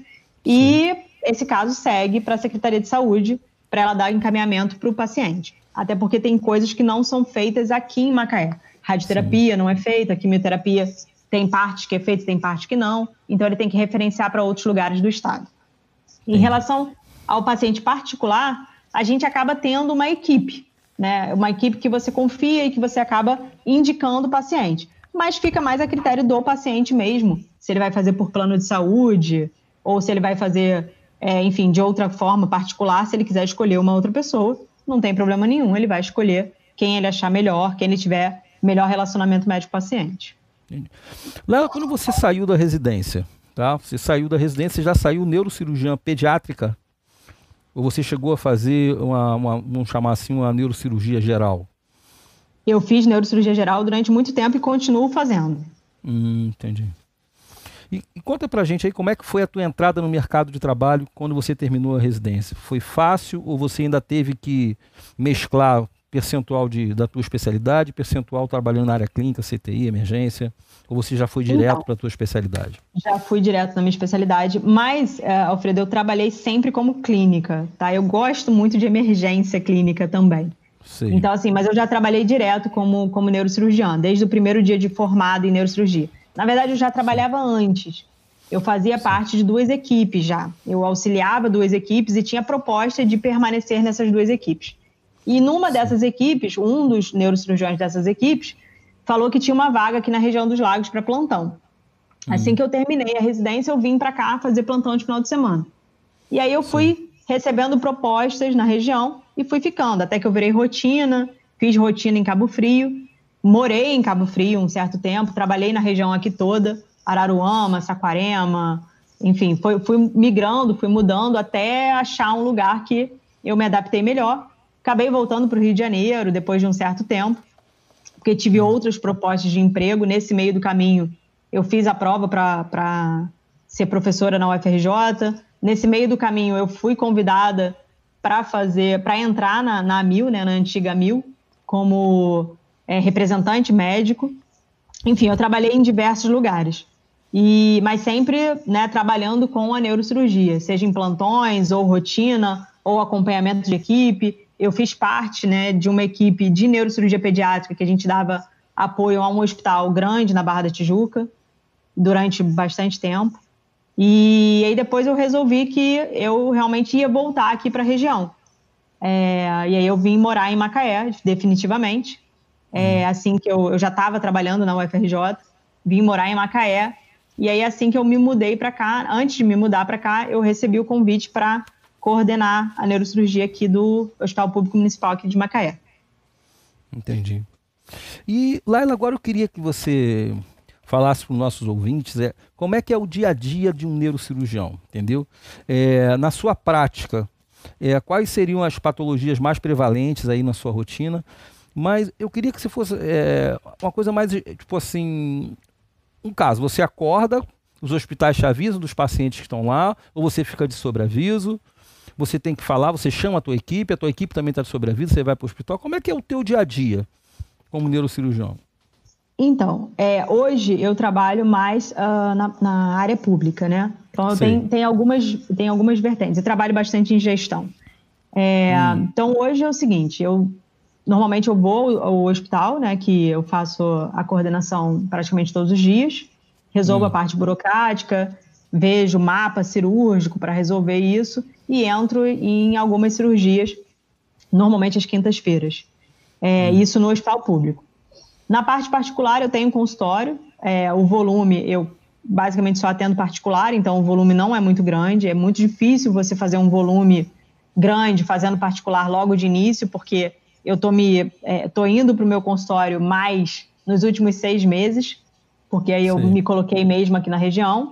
e esse caso segue para a Secretaria de Saúde para ela dar encaminhamento para o paciente. Até porque tem coisas que não são feitas aqui em Macaé. Radioterapia Sim. não é feita, quimioterapia tem parte que é feita, tem parte que não. Então, ele tem que referenciar para outros lugares do estado. Em Sim. relação ao paciente particular, a gente acaba tendo uma equipe, né? Uma equipe que você confia e que você acaba indicando o paciente. Mas fica mais a critério do paciente mesmo, se ele vai fazer por plano de saúde ou se ele vai fazer, é, enfim, de outra forma particular, se ele quiser escolher uma outra pessoa. Não tem problema nenhum, ele vai escolher quem ele achar melhor, quem ele tiver melhor relacionamento médico-paciente. Léo, quando você saiu da residência, tá? Você saiu da residência, já saiu neurocirurgiã pediátrica? Ou você chegou a fazer uma, uma, vamos chamar assim, uma neurocirurgia geral? Eu fiz neurocirurgia geral durante muito tempo e continuo fazendo. Hum, entendi. E, e conta pra gente aí como é que foi a tua entrada no mercado de trabalho quando você terminou a residência. Foi fácil ou você ainda teve que mesclar percentual de, da tua especialidade, percentual trabalhando na área clínica, C T I, emergência, ou você já foi direto então, para a tua especialidade? Já fui direto na minha especialidade, mas, uh, Alfredo, eu trabalhei sempre como clínica, tá? Eu gosto muito de emergência clínica também. Sim. Então, assim, mas eu já trabalhei direto como, como neurocirurgiã, desde o primeiro dia de formado em neurocirurgia. Na verdade, eu já trabalhava antes. Eu fazia Sim. parte de duas equipes já. Eu auxiliava duas equipes e tinha proposta de permanecer nessas duas equipes. E numa Sim. dessas equipes, um dos neurocirurgiões dessas equipes falou que tinha uma vaga aqui na região dos Lagos para plantão. Hum. Assim que eu terminei a residência, eu vim para cá fazer plantão de final de semana. E aí eu fui Sim. recebendo propostas na região e fui ficando, até que eu virei rotina, fiz rotina em Cabo Frio. Morei em Cabo Frio um certo tempo, trabalhei na região aqui toda, Araruama, Saquarema, enfim, fui, fui migrando, fui mudando até achar um lugar que eu me adaptei melhor. Acabei voltando para o Rio de Janeiro depois de um certo tempo, porque tive outras propostas de emprego. Nesse meio do caminho, eu fiz a prova para ser professora na U F R J. Nesse meio do caminho, eu fui convidada para fazer, para entrar na, na AMIL, né, na antiga AMIL, como É, representante médico. Enfim, eu trabalhei em diversos lugares, e, mas sempre, né, trabalhando com a neurocirurgia, seja em plantões, ou rotina, ou acompanhamento de equipe. Eu fiz parte, né, de uma equipe de neurocirurgia pediátrica que a gente dava apoio a um hospital grande na Barra da Tijuca durante bastante tempo. E aí depois eu resolvi que eu realmente ia voltar aqui para a região. É, e aí eu vim morar em Macaé, definitivamente. é, assim que eu, eu já estava trabalhando na U F R J, vim morar em Macaé, e aí assim que eu me mudei para cá, antes de me mudar para cá, eu recebi o convite para coordenar a neurocirurgia aqui do Hospital Público Municipal aqui de Macaé. Entendi. E, Laila, agora eu queria que você falasse para os nossos ouvintes é, como é que é o dia a dia de um neurocirurgião, entendeu? É, na sua prática, é, quais seriam as patologias mais prevalentes aí na sua rotina? Mas eu queria que você fosse é, uma coisa mais, tipo assim, um caso, você acorda, os hospitais te avisam dos pacientes que estão lá, ou você fica de sobreaviso, você tem que falar, você chama a tua equipe, a tua equipe também está de sobreaviso, você vai para o hospital. Como é que é o teu dia a dia como neurocirurgião? Então, é, hoje eu trabalho mais uh, na, na área pública, né? Então, tem, tem, algumas, tem algumas vertentes. Eu trabalho bastante em gestão. É, hum. Então, hoje é o seguinte, eu normalmente eu vou ao hospital, né? Que eu faço a coordenação praticamente todos os dias, resolvo hum. a parte burocrática, vejo o mapa cirúrgico para resolver isso e entro em algumas cirurgias, normalmente às quintas-feiras. É, hum. Isso no hospital público. Na parte particular, eu tenho um consultório, é, o volume, eu basicamente só atendo particular, então o volume não é muito grande, é muito difícil você fazer um volume grande fazendo particular logo de início, porque eu estou é, tô indo para o meu consultório mais nos últimos seis meses, porque aí eu Sim. me coloquei mesmo aqui na região.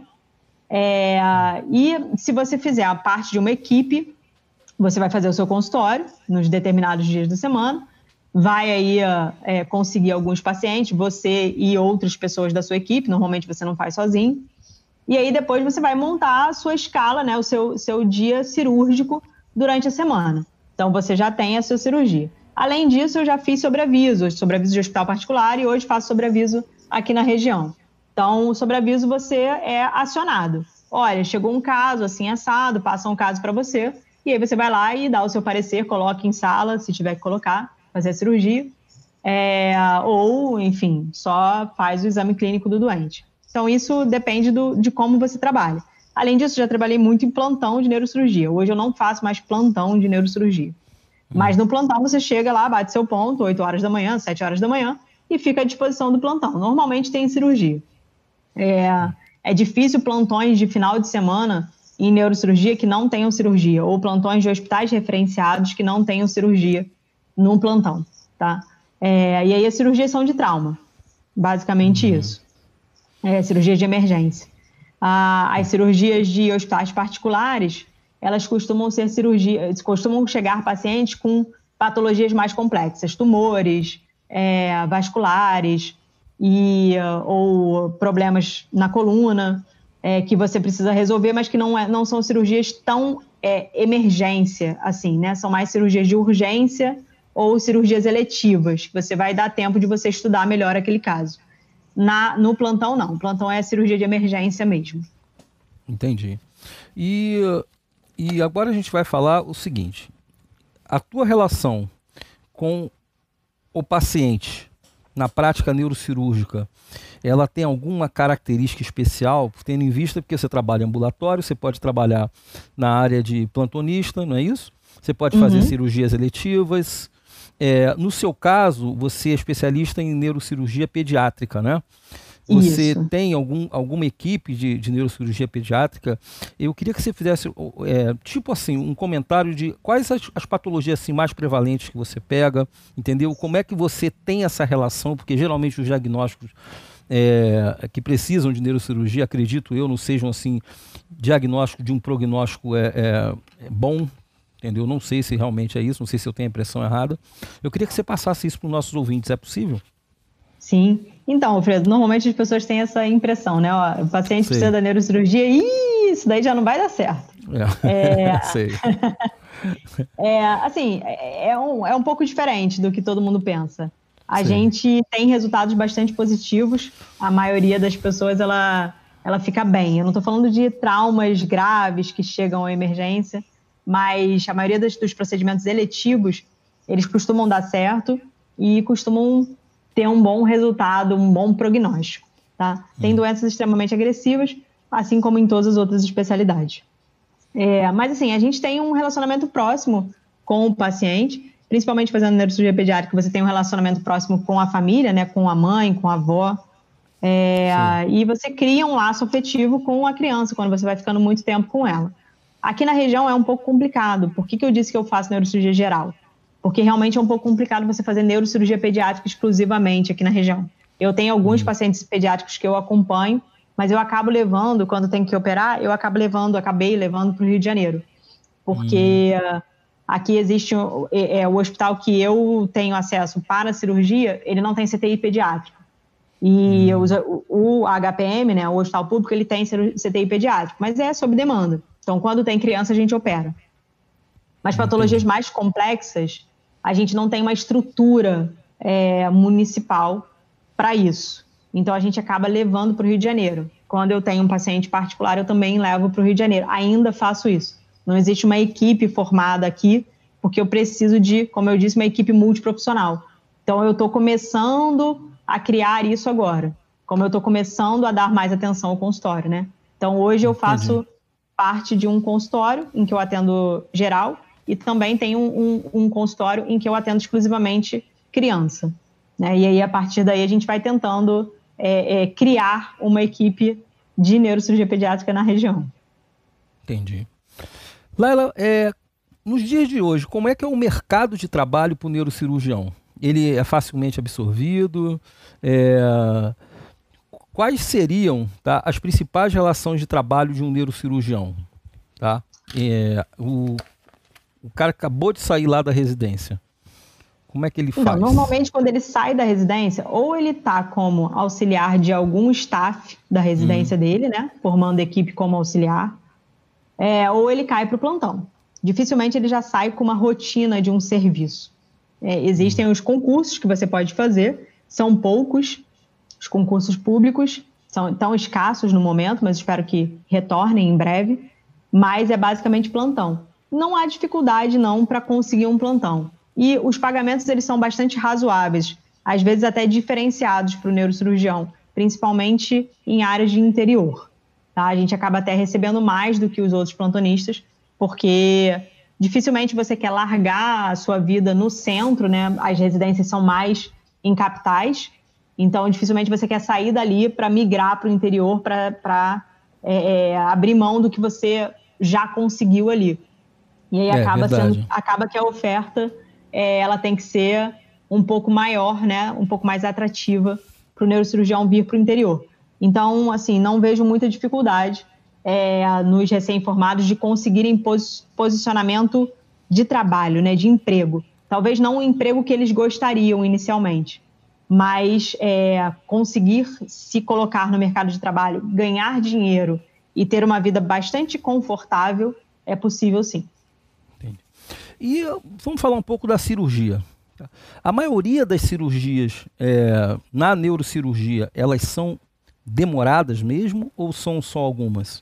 É, e se você fizer a parte de uma equipe, você vai fazer o seu consultório nos determinados dias da semana, vai aí é, conseguir alguns pacientes, você e outras pessoas da sua equipe, normalmente você não faz sozinho, e aí depois você vai montar a sua escala, né, o seu, seu dia cirúrgico durante a semana. Então você já tem a sua cirurgia. Além disso, eu já fiz sobreaviso, sobreaviso de hospital particular, e hoje faço sobreaviso aqui na região. Então, o sobreaviso você é acionado. Olha, chegou um caso assim assado, passa um caso para você, e aí você vai lá e dá o seu parecer, coloca em sala, se tiver que colocar, fazer a cirurgia, é, ou, enfim, só faz o exame clínico do doente. Então, isso depende do, de como você trabalha. Além disso, já trabalhei muito em plantão de neurocirurgia. Hoje eu não faço mais plantão de neurocirurgia. Hum. Mas no plantão você chega lá, bate seu ponto, oito horas da manhã, sete horas da manhã, e fica à disposição do plantão. Normalmente tem cirurgia. É, é difícil plantões de final de semana em neurocirurgia que não tenham cirurgia, ou plantões de hospitais referenciados que não tenham cirurgia num plantão, tá? É, e aí as cirurgias são de trauma, basicamente uhum. isso. É, cirurgia de emergência. Ah, as cirurgias de hospitais particulares, elas costumam ser cirurgias, costumam chegar pacientes com patologias mais complexas, tumores, é, vasculares, e, ou problemas na coluna, é, que você precisa resolver, mas que não, é, não são cirurgias tão é, emergência, assim, né? São mais cirurgias de urgência ou cirurgias eletivas, que você vai dar tempo de você estudar melhor aquele caso. Na, no plantão, não. O plantão é cirurgia de emergência mesmo. Entendi. E, e agora a gente vai falar o seguinte. A tua relação com o paciente na prática neurocirúrgica, ela tem alguma característica especial, tendo em vista que você trabalha em ambulatório, você pode trabalhar na área de plantonista, não é isso? Você pode fazer uhum. cirurgias eletivas. É, no seu caso, você é especialista em neurocirurgia pediátrica, né? Você Isso. tem algum, alguma equipe de, de neurocirurgia pediátrica? Eu queria que você fizesse, é, tipo assim, um comentário de quais as, as patologias assim, mais prevalentes que você pega, entendeu? Como é que você tem essa relação, porque geralmente os diagnósticos é, que precisam de neurocirurgia, acredito eu, não sejam assim, diagnóstico de um prognóstico é, é, é bom, entendeu? Não sei se realmente é isso, não sei se eu tenho a impressão errada. Eu queria que você passasse isso para os nossos ouvintes, é possível? Sim. Então, Alfredo, normalmente as pessoas têm essa impressão, né? Ó, o paciente Sei. precisa da neurocirurgia, e isso daí já não vai dar certo. É, é... Sei. é, assim, é um, é um pouco diferente do que todo mundo pensa. A Sim. gente tem resultados bastante positivos, a maioria das pessoas, ela, ela fica bem. Eu não estou falando de traumas graves que chegam à emergência, mas a maioria dos, dos procedimentos eletivos, eles costumam dar certo e costumam ter um bom resultado, um bom prognóstico, tá? Tem hum. doenças extremamente agressivas, assim como em todas as outras especialidades. É, mas, assim, a gente tem um relacionamento próximo com o paciente, principalmente fazendo neurocirurgia pediátrica, você tem um relacionamento próximo com a família, né, com a mãe, com a avó, é, e você cria um laço afetivo com a criança quando você vai ficando muito tempo com ela. Aqui na região é um pouco complicado. Por que que eu disse que eu faço neurocirurgia geral? Porque realmente é um pouco complicado você fazer neurocirurgia pediátrica exclusivamente aqui na região. Eu tenho alguns uhum. pacientes pediátricos que eu acompanho, mas eu acabo levando, quando tem que operar, eu acabo levando, acabei levando para o Rio de Janeiro. Porque uhum. aqui existe é, é, o hospital que eu tenho acesso para a cirurgia, ele não tem C T I pediátrico. E uhum. o, o H P M, né, o hospital público, ele tem C T I pediátrico, mas é sob demanda. Então, quando tem criança, a gente opera. Mas patologias Entendi. mais complexas, a gente não tem uma estrutura é, municipal para isso. Então, a gente acaba levando para o Rio de Janeiro. Quando eu tenho um paciente particular, eu também levo para o Rio de Janeiro. Ainda faço isso. Não existe uma equipe formada aqui, porque eu preciso de, como eu disse, uma equipe multiprofissional. Então, eu estou começando a criar isso agora. Como eu estou começando a dar mais atenção ao consultório, né? Então, hoje eu faço Entendi. parte de um consultório em que eu atendo geral e também tenho um, um, um consultório em que eu atendo exclusivamente criança. Né? E aí, a partir daí, a gente vai tentando é, é, criar uma equipe de neurocirurgia pediátrica na região. Entendi. Laila, é, nos dias de hoje, como é que é o mercado de trabalho para o neurocirurgião? Ele é facilmente absorvido? É, quais seriam, tá, as principais relações de trabalho de um neurocirurgião? Tá? É, o, o cara acabou de sair lá da residência. Como é que ele faz? Não, normalmente, quando ele sai da residência, ou ele está como auxiliar de algum staff da residência hum. dele, né, formando equipe como auxiliar, é, ou ele cai para o plantão. Dificilmente ele já sai com uma rotina de um serviço. É, existem hum. os concursos que você pode fazer, são poucos, os concursos públicos são tão escassos no momento, mas espero que retornem em breve, mas é basicamente plantão. Não há dificuldade, não, para conseguir um plantão. E os pagamentos, eles são bastante razoáveis, às vezes até diferenciados para o neurocirurgião, principalmente em áreas de interior. Tá? A gente acaba até recebendo mais do que os outros plantonistas, porque dificilmente você quer largar a sua vida no centro, né? As residências são mais em capitais, então dificilmente você quer sair dali para migrar para o interior, para é, é, abrir mão do que você já conseguiu ali. E aí é, acaba, sendo, acaba que a oferta é, ela tem que ser um pouco maior, né? Um pouco mais atrativa para o neurocirurgião vir para o interior. Então, assim, não vejo muita dificuldade é, nos recém-formados de conseguirem pos posicionamento de trabalho, né, de emprego. Talvez não o emprego que eles gostariam inicialmente, mas é, conseguir se colocar no mercado de trabalho, ganhar dinheiro e ter uma vida bastante confortável é possível, sim. Entendi. E vamos falar um pouco da cirurgia. A maioria das cirurgias é, na neurocirurgia, elas são demoradas mesmo ou são só algumas?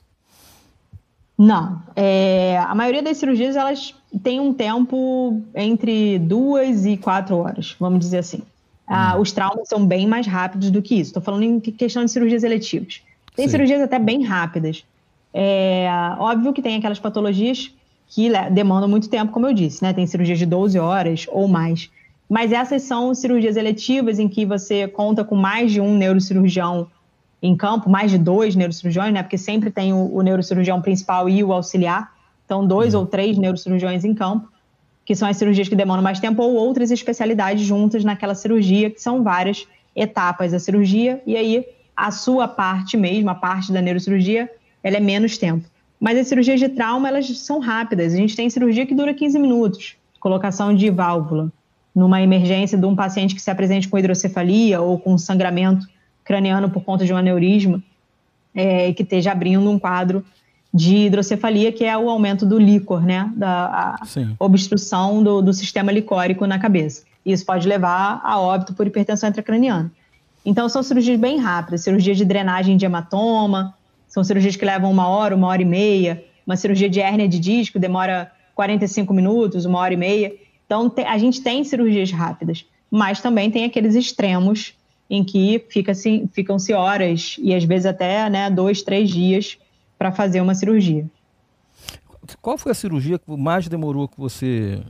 Não. É, a maioria das cirurgias, elas têm um tempo entre duas e quatro horas, vamos dizer assim. Hum. Ah, os traumas são bem mais rápidos do que isso. Estou falando em questão de cirurgias eletivas. Tem Sim. cirurgias até bem rápidas. É, óbvio que tem aquelas patologias que demandam muito tempo, como eu disse, né? Tem cirurgias de doze horas ou mais. Mas essas são cirurgias eletivas em que você conta com mais de um neurocirurgião em campo, mais de dois neurocirurgiões, né? Porque sempre tem o, o neurocirurgião principal e o auxiliar. Então, dois uhum. ou três neurocirurgiões em campo, que são as cirurgias que demandam mais tempo, ou outras especialidades juntas naquela cirurgia, que são várias etapas da cirurgia. E aí, a sua parte mesmo, a parte da neurocirurgia, ela é menos tempo. Mas as cirurgias de trauma, elas são rápidas. A gente tem cirurgia que dura quinze minutos. Colocação de válvula numa emergência de um paciente que se apresente com hidrocefalia ou com sangramento craniano por conta de um aneurisma, é, que esteja abrindo um quadro de hidrocefalia, que é o aumento do líquor, né? Da a obstrução do, do sistema licórico na cabeça. Isso pode levar a óbito por hipertensão intracraniana. Então, são cirurgias bem rápidas, cirurgia de drenagem de hematoma, são cirurgias que levam uma hora, uma hora e meia, uma cirurgia de hérnia de disco demora quarenta e cinco minutos, uma hora e meia. Então, te, a gente tem cirurgias rápidas, mas também tem aqueles extremos em que fica-se, ficam-se horas e às vezes até né, dois, três dias para fazer uma cirurgia. Qual foi a cirurgia que mais demorou que você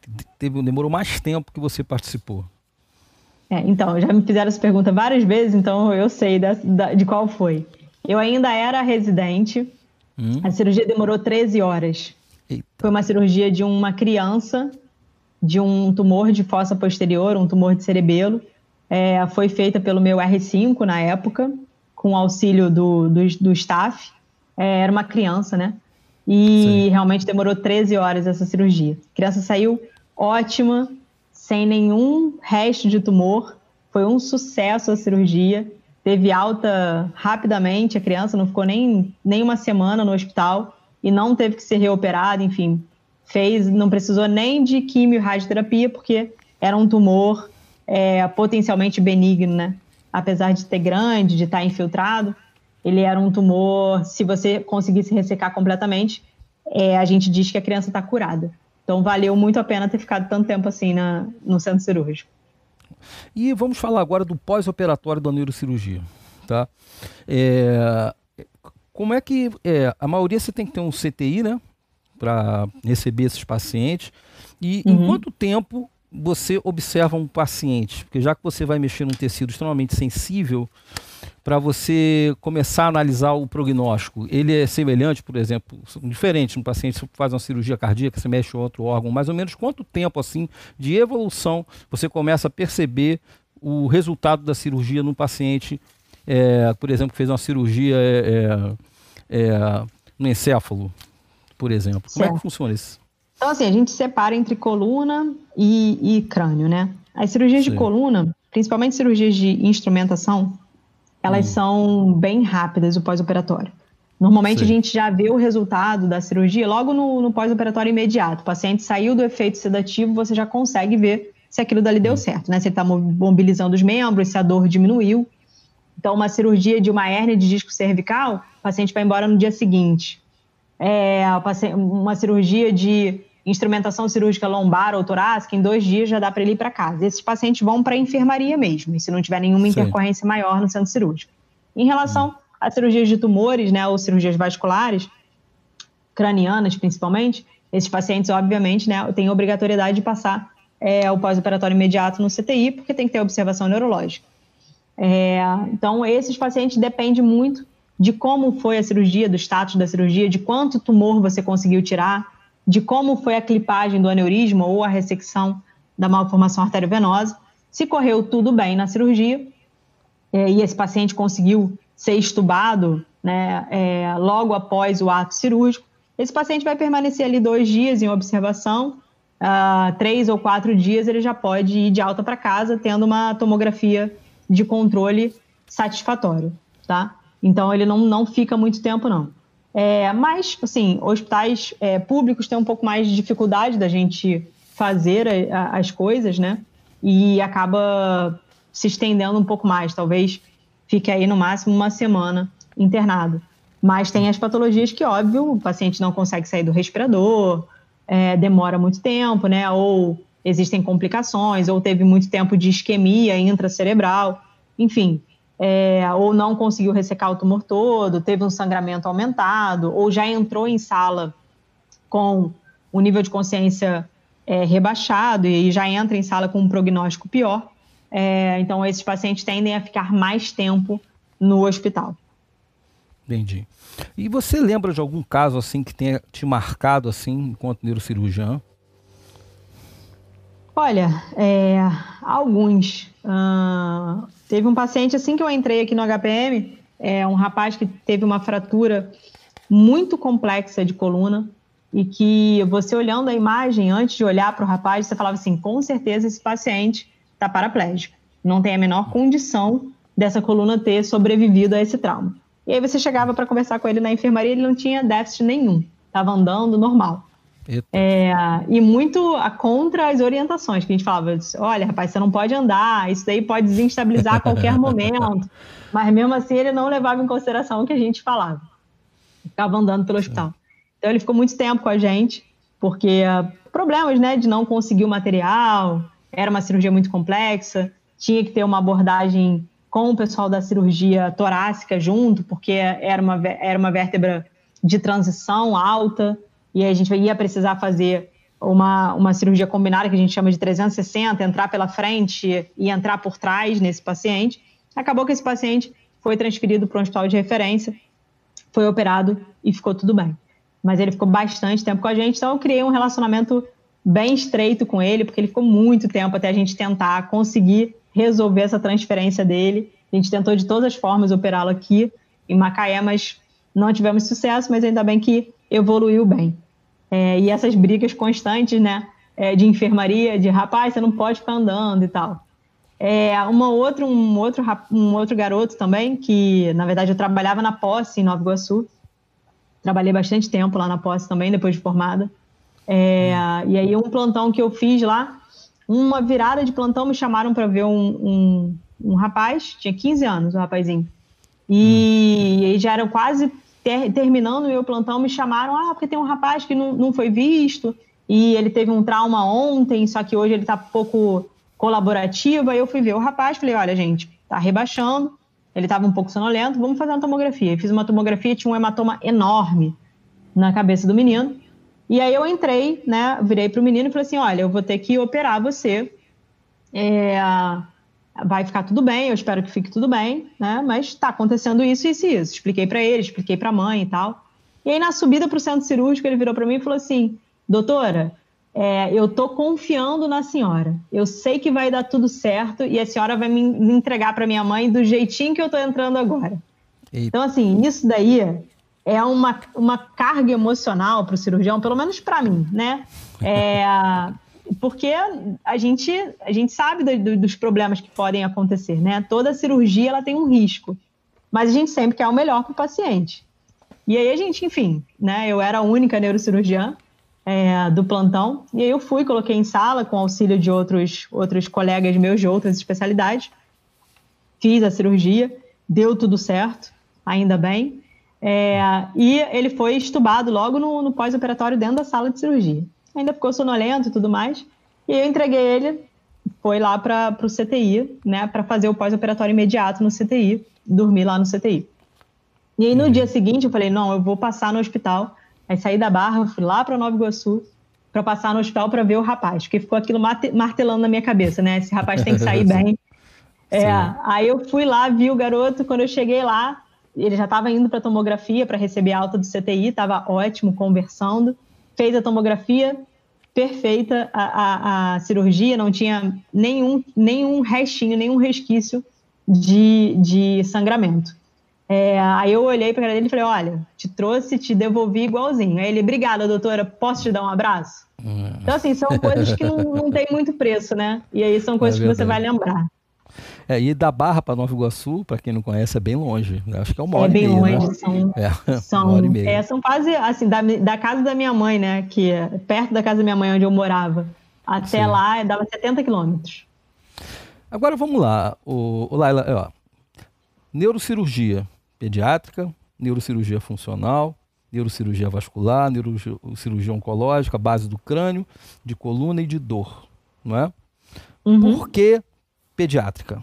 teve, demorou mais tempo que você participou? É, então, já me fizeram essa pergunta várias vezes, então eu sei da, da, de qual foi. Eu ainda era residente, hum. a cirurgia demorou treze horas. Eita. Foi uma cirurgia de uma criança, de um tumor de fossa posterior, um tumor de cerebelo. É, foi feita pelo meu R cinco na época, com auxílio do, do, do staff. É, era uma criança, né? E Sim. realmente demorou treze horas essa cirurgia. A criança saiu ótima, sem nenhum resto de tumor. Foi um sucesso a cirurgia. Teve alta rapidamente, a criança não ficou nem, nem uma semana no hospital e não teve que ser reoperada, enfim. Fez, não precisou nem de quimio e radioterapia, porque era um tumor é, potencialmente benigno, né? Apesar de ter grande, de estar infiltrado, ele era um tumor, se você conseguisse ressecar completamente, é, a gente diz que a criança está curada. Então, valeu muito a pena ter ficado tanto tempo assim na, no centro cirúrgico. E vamos falar agora do pós-operatório da neurocirurgia, tá? É, como é que... É, a maioria você tem que ter um C T I, né? Para receber esses pacientes. E uhum. em quanto tempo você observa um paciente? Porque já que você vai mexer num tecido extremamente sensível, para você começar a analisar o prognóstico, ele é semelhante, por exemplo, diferente no paciente, se faz uma cirurgia cardíaca, você mexe em outro órgão, mais ou menos quanto tempo assim de evolução você começa a perceber o resultado da cirurgia no paciente, é, por exemplo, que fez uma cirurgia é, é, no encéfalo, por exemplo. Como certo. É que funciona isso? Então, assim, a gente separa entre coluna e, e crânio, né? As cirurgias Sim. de coluna, principalmente cirurgias de instrumentação, elas hum. são bem rápidas, o pós-operatório. Normalmente Sim. a gente já vê o resultado da cirurgia logo no, no pós-operatório imediato. O paciente saiu do efeito sedativo, você já consegue ver se aquilo dali hum. deu certo, né? Se ele está mobilizando os membros, se a dor diminuiu. Então, uma cirurgia de uma hérnia de disco cervical, o paciente vai embora no dia seguinte. É, uma cirurgia de instrumentação cirúrgica lombar ou torácica, em dois dias já dá para ele ir para casa. Esses pacientes vão para a enfermaria mesmo, se não tiver nenhuma Sim. intercorrência maior no centro cirúrgico. Em relação hum. a cirurgias de tumores, né, ou cirurgias vasculares, cranianas principalmente, esses pacientes, obviamente, né, têm obrigatoriedade de passar é, o pós-operatório imediato no C T I, porque tem que ter observação neurológica. É, então, esses pacientes dependem muito de como foi a cirurgia, do status da cirurgia, de quanto tumor você conseguiu tirar, de como foi a clipagem do aneurisma ou a ressecção da malformação arteriovenosa. Se correu tudo bem na cirurgia é, e esse paciente conseguiu ser estubado, né, é, logo após o ato cirúrgico, esse paciente vai permanecer ali dois dias em observação, uh, três ou quatro dias ele já pode ir de alta para casa, tendo uma tomografia de controle satisfatório, tá? Então, ele não, não fica muito tempo, não. É, mas, assim, hospitais é, públicos têm um pouco mais de dificuldade da gente fazer a, a, as coisas, né? E acaba se estendendo um pouco mais. Talvez fique aí, no máximo, uma semana internado. Mas tem as patologias que, óbvio, o paciente não consegue sair do respirador, é, demora muito tempo, né? Ou existem complicações, ou teve muito tempo de isquemia intracerebral, enfim... É, ou não conseguiu ressecar o tumor todo, teve um sangramento aumentado, ou já entrou em sala com o nível de consciência é, rebaixado e já entra em sala com um prognóstico pior. É, então, esses pacientes tendem a ficar mais tempo no hospital. Entendi. E você lembra de algum caso assim que tenha te marcado assim, enquanto neurocirurgião? Olha, é, alguns. Uh, teve um paciente, assim que eu entrei aqui no H P M, é, um rapaz que teve uma fratura muito complexa de coluna e que você olhando a imagem, antes de olhar para o rapaz, você falava assim, com certeza esse paciente está paraplégico. Não tem a menor condição dessa coluna ter sobrevivido a esse trauma. E aí você chegava para conversar com ele na enfermaria, ele não tinha déficit nenhum, estava andando normal. É, e muito a, contra as orientações que a gente falava, olha rapaz, você não pode andar, isso daí pode desestabilizar a qualquer momento, mas mesmo assim ele não levava em consideração o que a gente falava, ficava andando pelo hospital. Então ele ficou muito tempo com a gente, porque uh, problemas, né, de não conseguir o material, era uma cirurgia muito complexa, tinha que ter uma abordagem com o pessoal da cirurgia torácica junto, porque era uma, era uma vértebra de transição alta, e a gente ia precisar fazer uma, uma cirurgia combinada, que a gente chama de trezentos e sessenta, entrar pela frente e entrar por trás nesse paciente. Acabou que esse paciente foi transferido para um hospital de referência, foi operado e ficou tudo bem. Mas ele ficou bastante tempo com a gente, então eu criei um relacionamento bem estreito com ele, porque ele ficou muito tempo até a gente tentar conseguir resolver essa transferência dele. A gente tentou de todas as formas operá-lo aqui em Macaé, mas não tivemos sucesso, mas ainda bem que evoluiu bem. É, e essas brigas constantes, né, é, de enfermaria, de rapaz, você não pode ficar andando e tal. É, uma outra, um, outro, um outro garoto também, que na verdade eu trabalhava na Posse, em Nova Iguaçu. Trabalhei bastante tempo lá na Posse também, depois de formada. É, e aí um plantão que eu fiz lá, uma virada de plantão, me chamaram para ver um, um, um rapaz, tinha quinze anos o rapazinho. E, e já era quase ter, terminando o meu plantão, me chamaram, ah, porque tem um rapaz que não, não foi visto, e ele teve um trauma ontem, só que hoje ele está pouco colaborativo. Aí eu fui ver o rapaz, falei, olha gente, tá rebaixando, ele estava um pouco sonolento, vamos fazer uma tomografia. Eu fiz uma tomografia, tinha um hematoma enorme na cabeça do menino, e aí eu entrei, né, virei pro menino e falei assim, olha, eu vou ter que operar você, é, vai ficar tudo bem, eu espero que fique tudo bem, né, mas está acontecendo isso, isso e isso. Expliquei para ele, expliquei para a mãe e tal. E aí na subida pro centro cirúrgico ele virou para mim e falou assim, doutora, é, eu tô confiando na senhora, eu sei que vai dar tudo certo e a senhora vai me entregar para minha mãe do jeitinho que eu tô entrando agora. Eita. Então assim, isso daí é uma, uma carga emocional para o cirurgião, pelo menos para mim, né? É, porque a gente, a gente sabe do, do, dos problemas que podem acontecer, né? Toda cirurgia ela tem um risco, mas a gente sempre quer o melhor para o paciente. E aí a gente, enfim, né? Eu era a única neurocirurgiã é, do plantão, e aí eu fui, coloquei em sala com auxílio de outros, outros colegas meus de outras especialidades, fiz a cirurgia, deu tudo certo, ainda bem. É, e ele foi estubado logo no, no pós-operatório dentro da sala de cirurgia. Ainda ficou sonolento e tudo mais. E eu entreguei ele, foi lá para o C T I, né, para fazer o pós-operatório imediato no C T I, dormir lá no C T I. E aí no uhum. dia seguinte eu falei, não, eu vou passar no hospital. Aí saí da Barra, fui lá para Nova Iguaçu para passar no hospital para ver o rapaz, porque ficou aquilo martelando na minha cabeça, né? Esse rapaz tem que sair bem. É, aí eu fui lá, vi o garoto, quando eu cheguei lá, ele já estava indo para a tomografia para receber alta do C T I, estava ótimo, conversando. Fez a tomografia, perfeita a, a, a cirurgia, não tinha nenhum, nenhum restinho, nenhum resquício de, de sangramento. É, aí eu olhei para a cara dele e falei, olha, te trouxe, te devolvi igualzinho. Aí ele, obrigada, doutora, posso te dar um abraço? Hum. Então, assim, são coisas que não, não tem muito preço, né? E aí são coisas é que você vai lembrar. É, e da Barra para Nova Iguaçu, para quem não conhece, é bem longe. Acho que é uma hora é bem e meia, longe, né? são, é, são, uma hora e meia. É, são quase, assim, da, da casa da minha mãe, né? Que é perto da casa da minha mãe, onde eu morava, até Sim. lá, dava setenta quilômetros. Agora vamos lá, o, o Laila, ó, neurocirurgia pediátrica, neurocirurgia funcional, neurocirurgia vascular, neurocirurgia oncológica, base do crânio, de coluna e de dor, não é? Uhum. Por que pediátrica?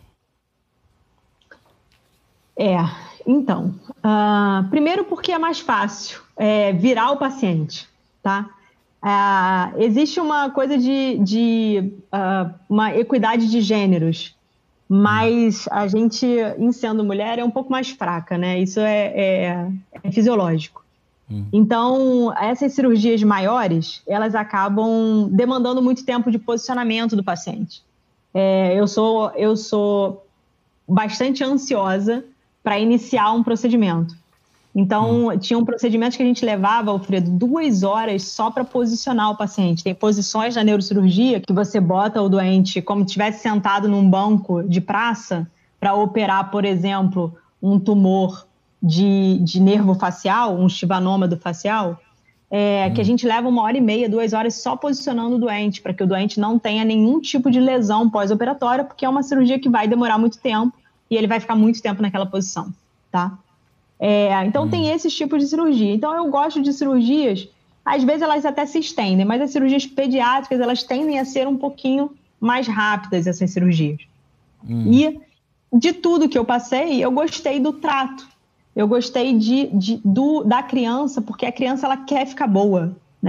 É, então, uh, primeiro porque é mais fácil é, virar o paciente, tá? Uh, existe uma coisa de, de uh, uma equidade de gêneros, mas a gente, em sendo mulher, é um pouco mais fraca, né? Isso é, é, é fisiológico. Hum. Então, essas cirurgias maiores, elas acabam demandando muito tempo de posicionamento do paciente. É, eu sou, eu sou bastante ansiosa para iniciar um procedimento. Então, hum. tinham procedimentos que a gente levava, Alfredo, duas horas só para posicionar o paciente. Tem posições na neurocirurgia que você bota o doente como se estivesse sentado num banco de praça para operar, por exemplo, um tumor de, de nervo facial, um estivonômado facial, é, hum. que a gente leva uma hora e meia, duas horas só posicionando o doente, para que o doente não tenha nenhum tipo de lesão pós-operatória, porque é uma cirurgia que vai demorar muito tempo e ele vai ficar muito tempo naquela posição, tá? É, então, hum. tem esses tipos de cirurgia. Então, eu gosto de cirurgias, às vezes elas até se estendem, mas as cirurgias pediátricas, elas tendem a ser um pouquinho mais rápidas, essas cirurgias. Hum. E de tudo que eu passei, eu gostei do trato. Eu gostei de, de, do, da criança, porque a criança ela quer ficar boa, né?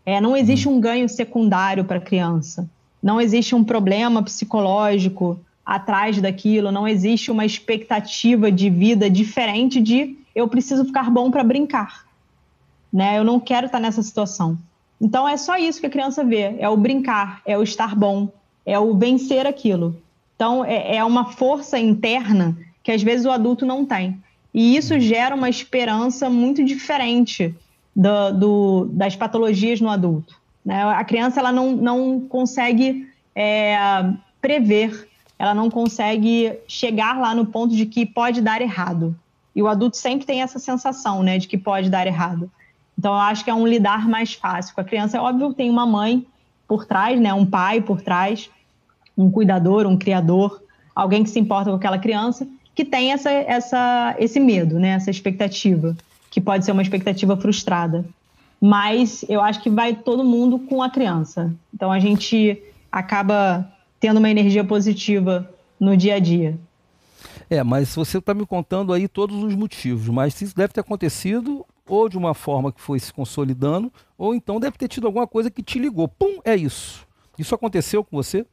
É, não existe um ganho secundário para a criança. Não existe um problema psicológico atrás daquilo. Não existe uma expectativa de vida diferente de eu preciso ficar bom para brincar. Né? Eu não quero estar nessa situação. Então, é só isso que a criança vê. É o brincar, é o estar bom, é o vencer aquilo. Então, é, é uma força interna que, às vezes, o adulto não tem. E isso gera uma esperança muito diferente do, do, das patologias no adulto. Né? A criança ela não, não consegue é, prever, ela não consegue chegar lá no ponto de que pode dar errado. E o adulto sempre tem essa sensação, né, de que pode dar errado. Então, eu acho que é um lidar mais fácil. Com a criança, é óbvio, tem uma mãe por trás, né, um pai por trás, um cuidador, um criador, alguém que se importa com aquela criança, que tem essa, essa, esse medo, né, essa expectativa, que pode ser uma expectativa frustrada. Mas eu acho que vai todo mundo com a criança. Então, a gente acaba tendo uma energia positiva no dia a dia. É, mas você está me contando aí todos os motivos, mas isso deve ter acontecido ou de uma forma que foi se consolidando, ou então deve ter tido alguma coisa que te ligou. Pum, é isso. Isso aconteceu com você?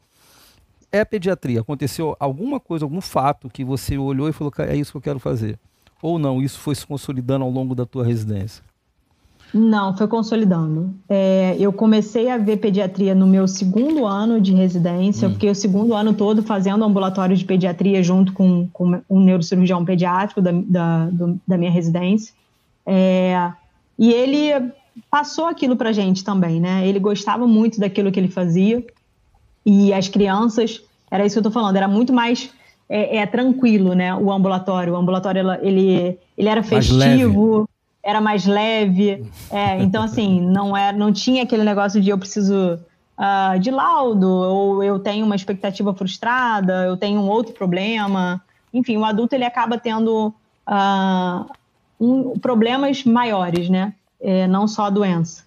É pediatria. Aconteceu alguma coisa, algum fato que você olhou e falou, é isso que eu quero fazer? Ou não, isso foi se consolidando ao longo da tua residência? Não, foi consolidando. É, eu comecei a ver pediatria no meu segundo ano de residência. Hum. Eu fiquei o segundo ano todo fazendo ambulatório de pediatria junto com, com um neurocirurgião pediátrico da, da, do, da minha residência. É, e ele passou aquilo pra gente também, né? Ele gostava muito daquilo que ele fazia. E as crianças, era isso que eu tô falando, era muito mais é, é, tranquilo, né? O ambulatório. O ambulatório, ele, ele era festivo, era mais leve. É, então, assim, não, era, não tinha aquele negócio de eu preciso uh, de laudo, ou eu tenho uma expectativa frustrada, eu tenho um outro problema. Enfim, o adulto, ele acaba tendo uh, um, problemas maiores, né? É, não só a doença.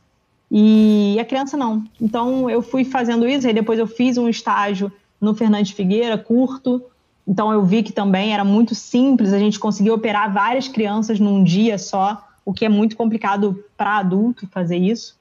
E a criança não. Então, eu fui fazendo isso, aí depois eu fiz um estágio no Fernandes Figueira, curto. Então, eu vi que também era muito simples, a gente conseguia operar várias crianças num dia só, o que é muito complicado para adulto fazer isso,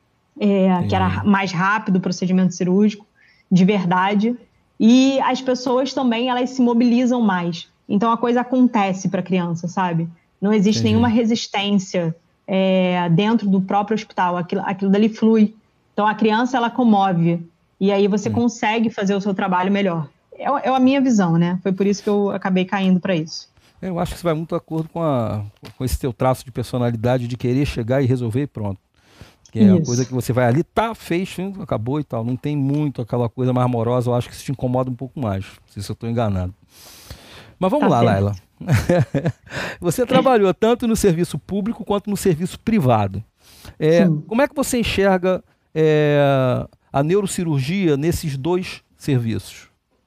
é, que era mais rápido o procedimento cirúrgico, de verdade. E as pessoas também, elas se mobilizam mais. Então, a coisa acontece para a criança, sabe? Não existe Entendi. nenhuma resistência É, dentro do próprio hospital, aquilo, aquilo dali flui. Então, a criança, ela comove, e aí você hum. consegue fazer o seu trabalho melhor. É, é a minha visão, né? Foi por isso que eu acabei caindo para isso. Eu acho que isso vai muito de acordo com, a, com esse teu traço de personalidade, de querer chegar e resolver e pronto. Que é isso. Uma coisa que você vai ali, tá, fez, acabou e tal. Não tem muito aquela coisa mais amorosa, eu acho que isso te incomoda um pouco mais, se eu estou enganado. Mas vamos tá lá, certo. Laila. Você trabalhou tanto no serviço público quanto no serviço privado. É, como é que você enxerga é, a neurocirurgia nesses dois serviços?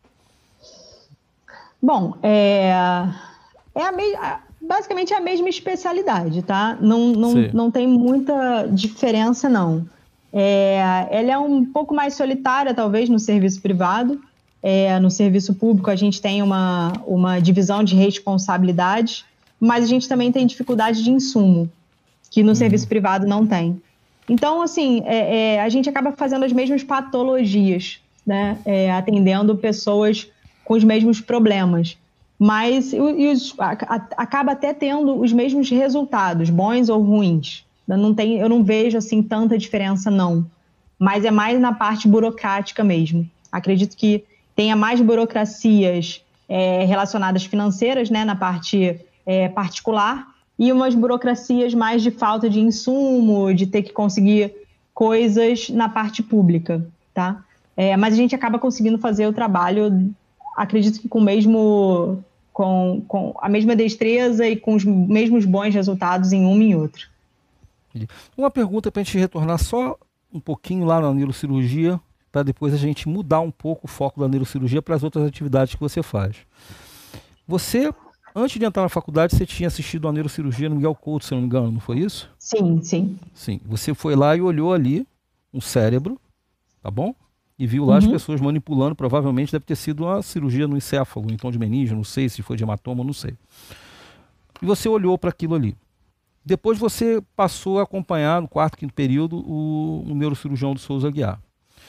Bom, é, é a me, basicamente a mesma especialidade, tá? Não, não, não tem muita diferença, não. É, ela é um pouco mais solitária, talvez, no serviço privado. É, no serviço público a gente tem uma, uma divisão de responsabilidades, mas a gente também tem dificuldade de insumo, que no uhum. serviço privado não tem. Então, assim, é, é, a gente acaba fazendo as mesmas patologias, né? É, atendendo pessoas com os mesmos problemas, mas e os, a, a, acaba até tendo os mesmos resultados, bons ou ruins. Não tem, eu não vejo assim, tanta diferença, não. Mas é mais na parte burocrática mesmo. Acredito que tenha mais burocracias é, relacionadas financeiras, né, na parte é, particular, e umas burocracias mais de falta de insumo, de ter que conseguir coisas na parte pública, tá? É, mas a gente acaba conseguindo fazer o trabalho, acredito que com, o mesmo, com, com a mesma destreza e com os mesmos bons resultados em uma e em outra. Uma pergunta para a gente retornar só um pouquinho lá na neurocirurgia, para depois a gente mudar um pouco o foco da neurocirurgia para as outras atividades que você faz. Você, antes de entrar na faculdade, você tinha assistido a neurocirurgia no Miguel Couto, se não me engano, não foi isso? Sim, sim. Sim. Você foi lá e olhou ali um cérebro, tá bom? E viu lá uhum. as pessoas manipulando, provavelmente deve ter sido uma cirurgia no encéfalo, então de meninge, não sei se foi de hematoma, não sei. E você olhou para aquilo ali. Depois você passou a acompanhar, no quarto, quinto período, o, o neurocirurgião do Souza Aguiar.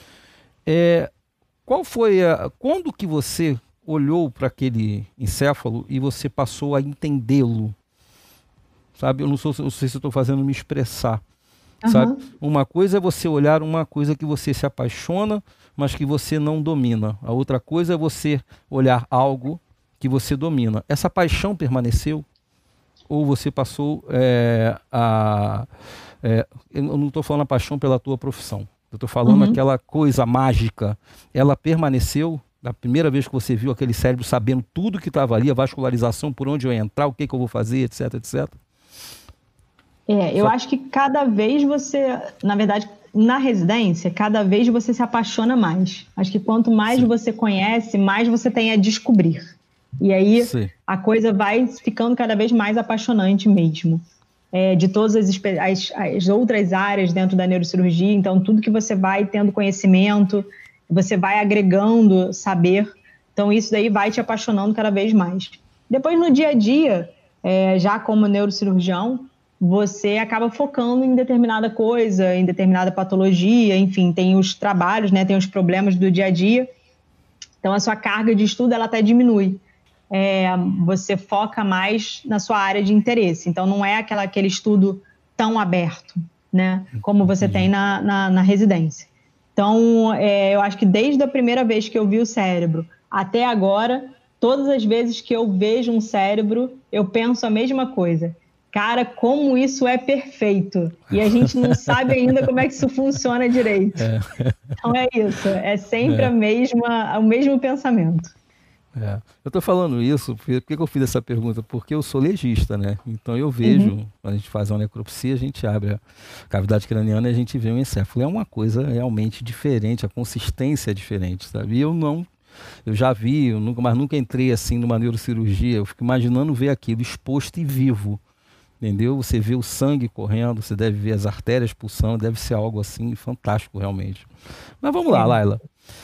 É, qual foi a... Quando que você olhou para aquele encéfalo e você passou a entendê-lo? Sabe, eu não, sou, não sei se eu estou fazendo me expressar. Uhum. Sabe? Uma coisa é você olhar uma coisa que você se apaixona, mas que você não domina. A outra coisa é você olhar algo que você domina. Essa paixão permaneceu? Ou você passou é, a... É, eu não estou falando a paixão pela tua profissão. Eu estou falando uhum. aquela coisa mágica. Ela permaneceu? Da primeira vez que você viu aquele cérebro sabendo tudo que estava ali, a vascularização, por onde eu ia entrar, o que, que eu vou fazer, etc, etcétera. É, eu Só... acho que cada vez você, na verdade, na residência, cada vez você se apaixona mais. Acho que quanto mais Sim. você conhece, mais você tem a descobrir. E aí Sim. a coisa vai ficando cada vez mais apaixonante mesmo. É, de todas as, as, as outras áreas dentro da neurocirurgia, então tudo que você vai tendo conhecimento, você vai agregando saber, então isso daí vai te apaixonando cada vez mais. Depois no dia a dia, é, já como neurocirurgião, você acaba focando em determinada coisa, em determinada patologia, enfim, tem os trabalhos, né, tem os problemas do dia a dia, então a sua carga de estudo ela até diminui. É, você foca mais na sua área de interesse, então não é aquela, aquele estudo tão aberto, né, como você tem na, na, na residência. Então, é, eu acho que desde a primeira vez que eu vi o cérebro até agora, todas as vezes que eu vejo um cérebro, eu penso a mesma coisa. Cara, como isso é perfeito. E a gente não sabe ainda como é que isso funciona direito. É. Então é isso, é sempre é. A mesma, o mesmo pensamento. É. Eu estou falando isso, por que eu fiz essa pergunta? Porque eu sou legista, né? Então eu vejo, uhum. quando a gente faz uma necropsia, a gente abre a cavidade craniana e a gente vê um encéfalo. É uma coisa realmente diferente, a consistência é diferente, sabe? E eu não, eu já vi, eu nunca, mas nunca entrei assim numa neurocirurgia, eu fico imaginando ver aquilo exposto e vivo, entendeu? Você vê o sangue correndo, você deve ver as artérias pulsando, deve ser algo assim fantástico realmente. Mas vamos lá, Laila.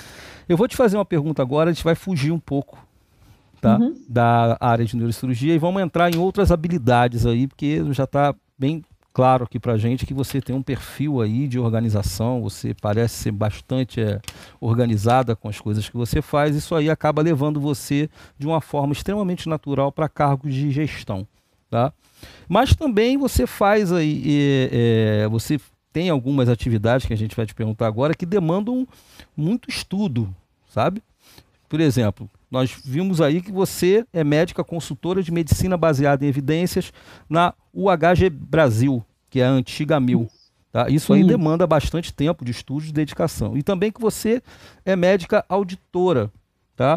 Eu vou te fazer uma pergunta agora, a gente vai fugir um pouco tá, uhum. da área de neurocirurgia e vamos entrar em outras habilidades aí, porque já está bem claro aqui pra gente que você tem um perfil aí de organização, você parece ser bastante é, organizada com as coisas que você faz, isso aí acaba levando você de uma forma extremamente natural para cargos de gestão, tá? Mas também você faz aí, é, é, você tem algumas atividades que a gente vai te perguntar agora que demandam muito estudo, sabe? Por exemplo, nós vimos aí que você é médica consultora de medicina baseada em evidências na U H G Brasil, que é a antiga Amil. Tá? Isso aí Sim. demanda bastante tempo de estudo e de dedicação. E também que você é médica auditora, tá?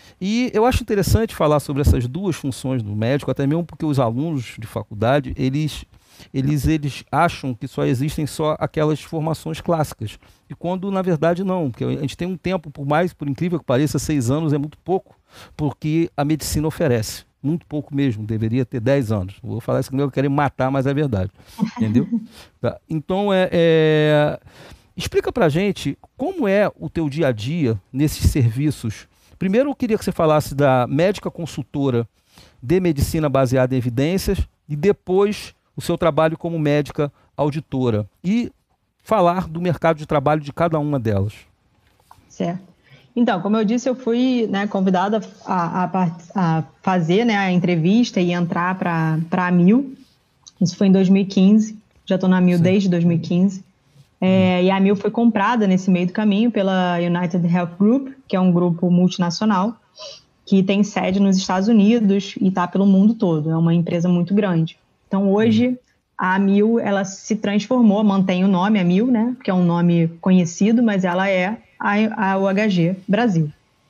E eu acho interessante falar sobre essas duas funções do médico, até mesmo porque os alunos de faculdade, eles, eles, eles acham que só existem só aquelas formações clássicas. E quando, na verdade, não. Porque a gente tem um tempo, por mais, por incrível que pareça, seis anos é muito pouco, porque a medicina oferece. Muito pouco mesmo, deveria ter dez anos. Vou falar isso que eu quero matar, mas é verdade. Entendeu? Tá. Então, é, é... explica pra gente como é o teu dia a dia nesses serviços. Primeiro, eu queria que você falasse da médica consultora de medicina baseada em evidências e depois o seu trabalho como médica auditora e falar do mercado de trabalho de cada uma delas. Certo. Então, como eu disse, eu fui né, convidada a, a, a fazer né, a entrevista e entrar para a Amil. Isso foi em dois mil e quinze, já estou na Amil Sim. desde dois mil e quinze. É, e a Amil foi comprada nesse meio do caminho pela United Health Group, que é um grupo multinacional, que tem sede nos Estados Unidos e está pelo mundo todo. É uma empresa muito grande. Então, hoje, a Amil, ela se transformou, mantém o nome Amil, né, que é um nome conhecido, mas ela é a, a U H G Brasil.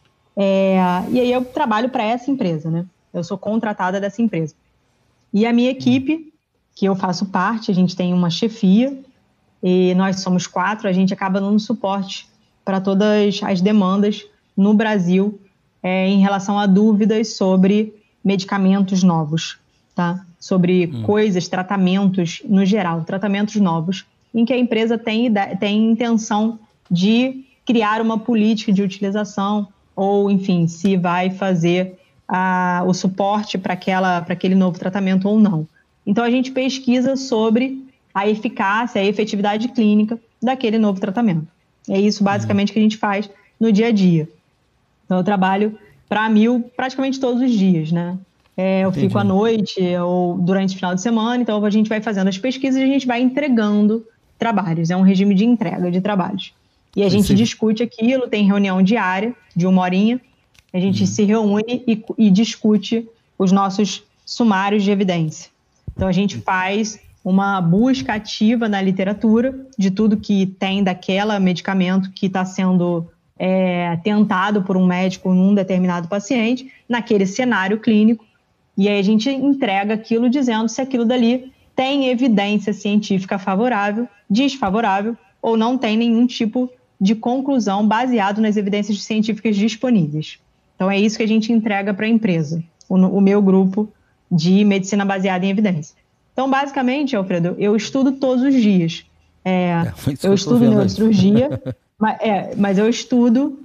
É, e aí eu trabalho para essa empresa, né? Eu sou contratada dessa empresa. E a minha equipe, que eu faço parte, a gente tem uma chefia, e nós somos quatro, a gente acaba dando suporte para todas as demandas no Brasil é, em relação a dúvidas sobre medicamentos novos, tá? Sobre hum. coisas, tratamentos no geral, tratamentos novos, em que a empresa tem, tem intenção de criar uma política de utilização ou, enfim, se vai fazer a, o suporte para aquele novo tratamento ou não. Então, a gente pesquisa sobre a eficácia, a efetividade clínica daquele novo tratamento. É isso, basicamente, que a gente faz no dia a dia. Então, eu trabalho para a Amil praticamente todos os dias, né? É, eu Entendi. Fico à noite ou durante o final de semana, então a gente vai fazendo as pesquisas e a gente vai entregando trabalhos. É um regime de entrega de trabalhos. E a gente Sim. discute aquilo, tem reunião diária de uma horinha, a gente uhum. se reúne e, e discute os nossos sumários de evidência. Então, a gente faz uma busca ativa na literatura de tudo que tem daquele medicamento que está sendo é, tentado por um médico num determinado paciente, naquele cenário clínico, e aí a gente entrega aquilo dizendo se aquilo dali tem evidência científica favorável, desfavorável, ou não tem nenhum tipo de conclusão baseado nas evidências científicas disponíveis. Então, é isso que a gente entrega para a empresa, o, o meu grupo de medicina baseada em evidência. Então, basicamente, Alfredo, eu estudo todos os dias. É, é, eu, eu estudo neurocirurgia, mas, é, mas eu estudo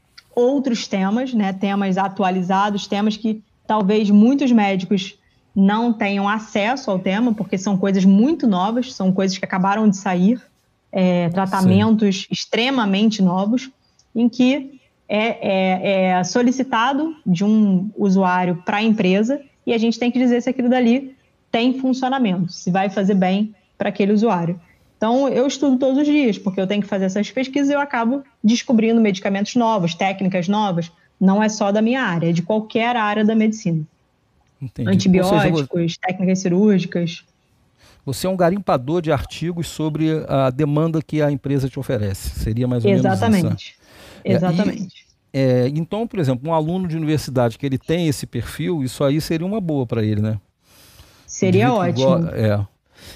outros temas, né, temas atualizados, temas que talvez muitos médicos não tenham acesso ao tema, porque são coisas muito novas, são coisas que acabaram de sair, é, tratamentos Sim. extremamente novos, em que é, é, é solicitado de um usuário para a empresa e a gente tem que dizer se aquilo dali tem funcionamento, se vai fazer bem para aquele usuário. Então, eu estudo todos os dias, porque eu tenho que fazer essas pesquisas e eu acabo descobrindo medicamentos novos, técnicas novas. Não é só da minha área, é de qualquer área da medicina. Entendi. Antibióticos, seja, técnicas cirúrgicas. Você é um garimpador de artigos sobre a demanda que a empresa te oferece. Seria mais ou Exatamente. menos isso. Exatamente. E, é, então, por exemplo, um aluno de universidade que ele tem esse perfil, isso aí seria uma boa para ele, né? Seria ótimo. Go... É.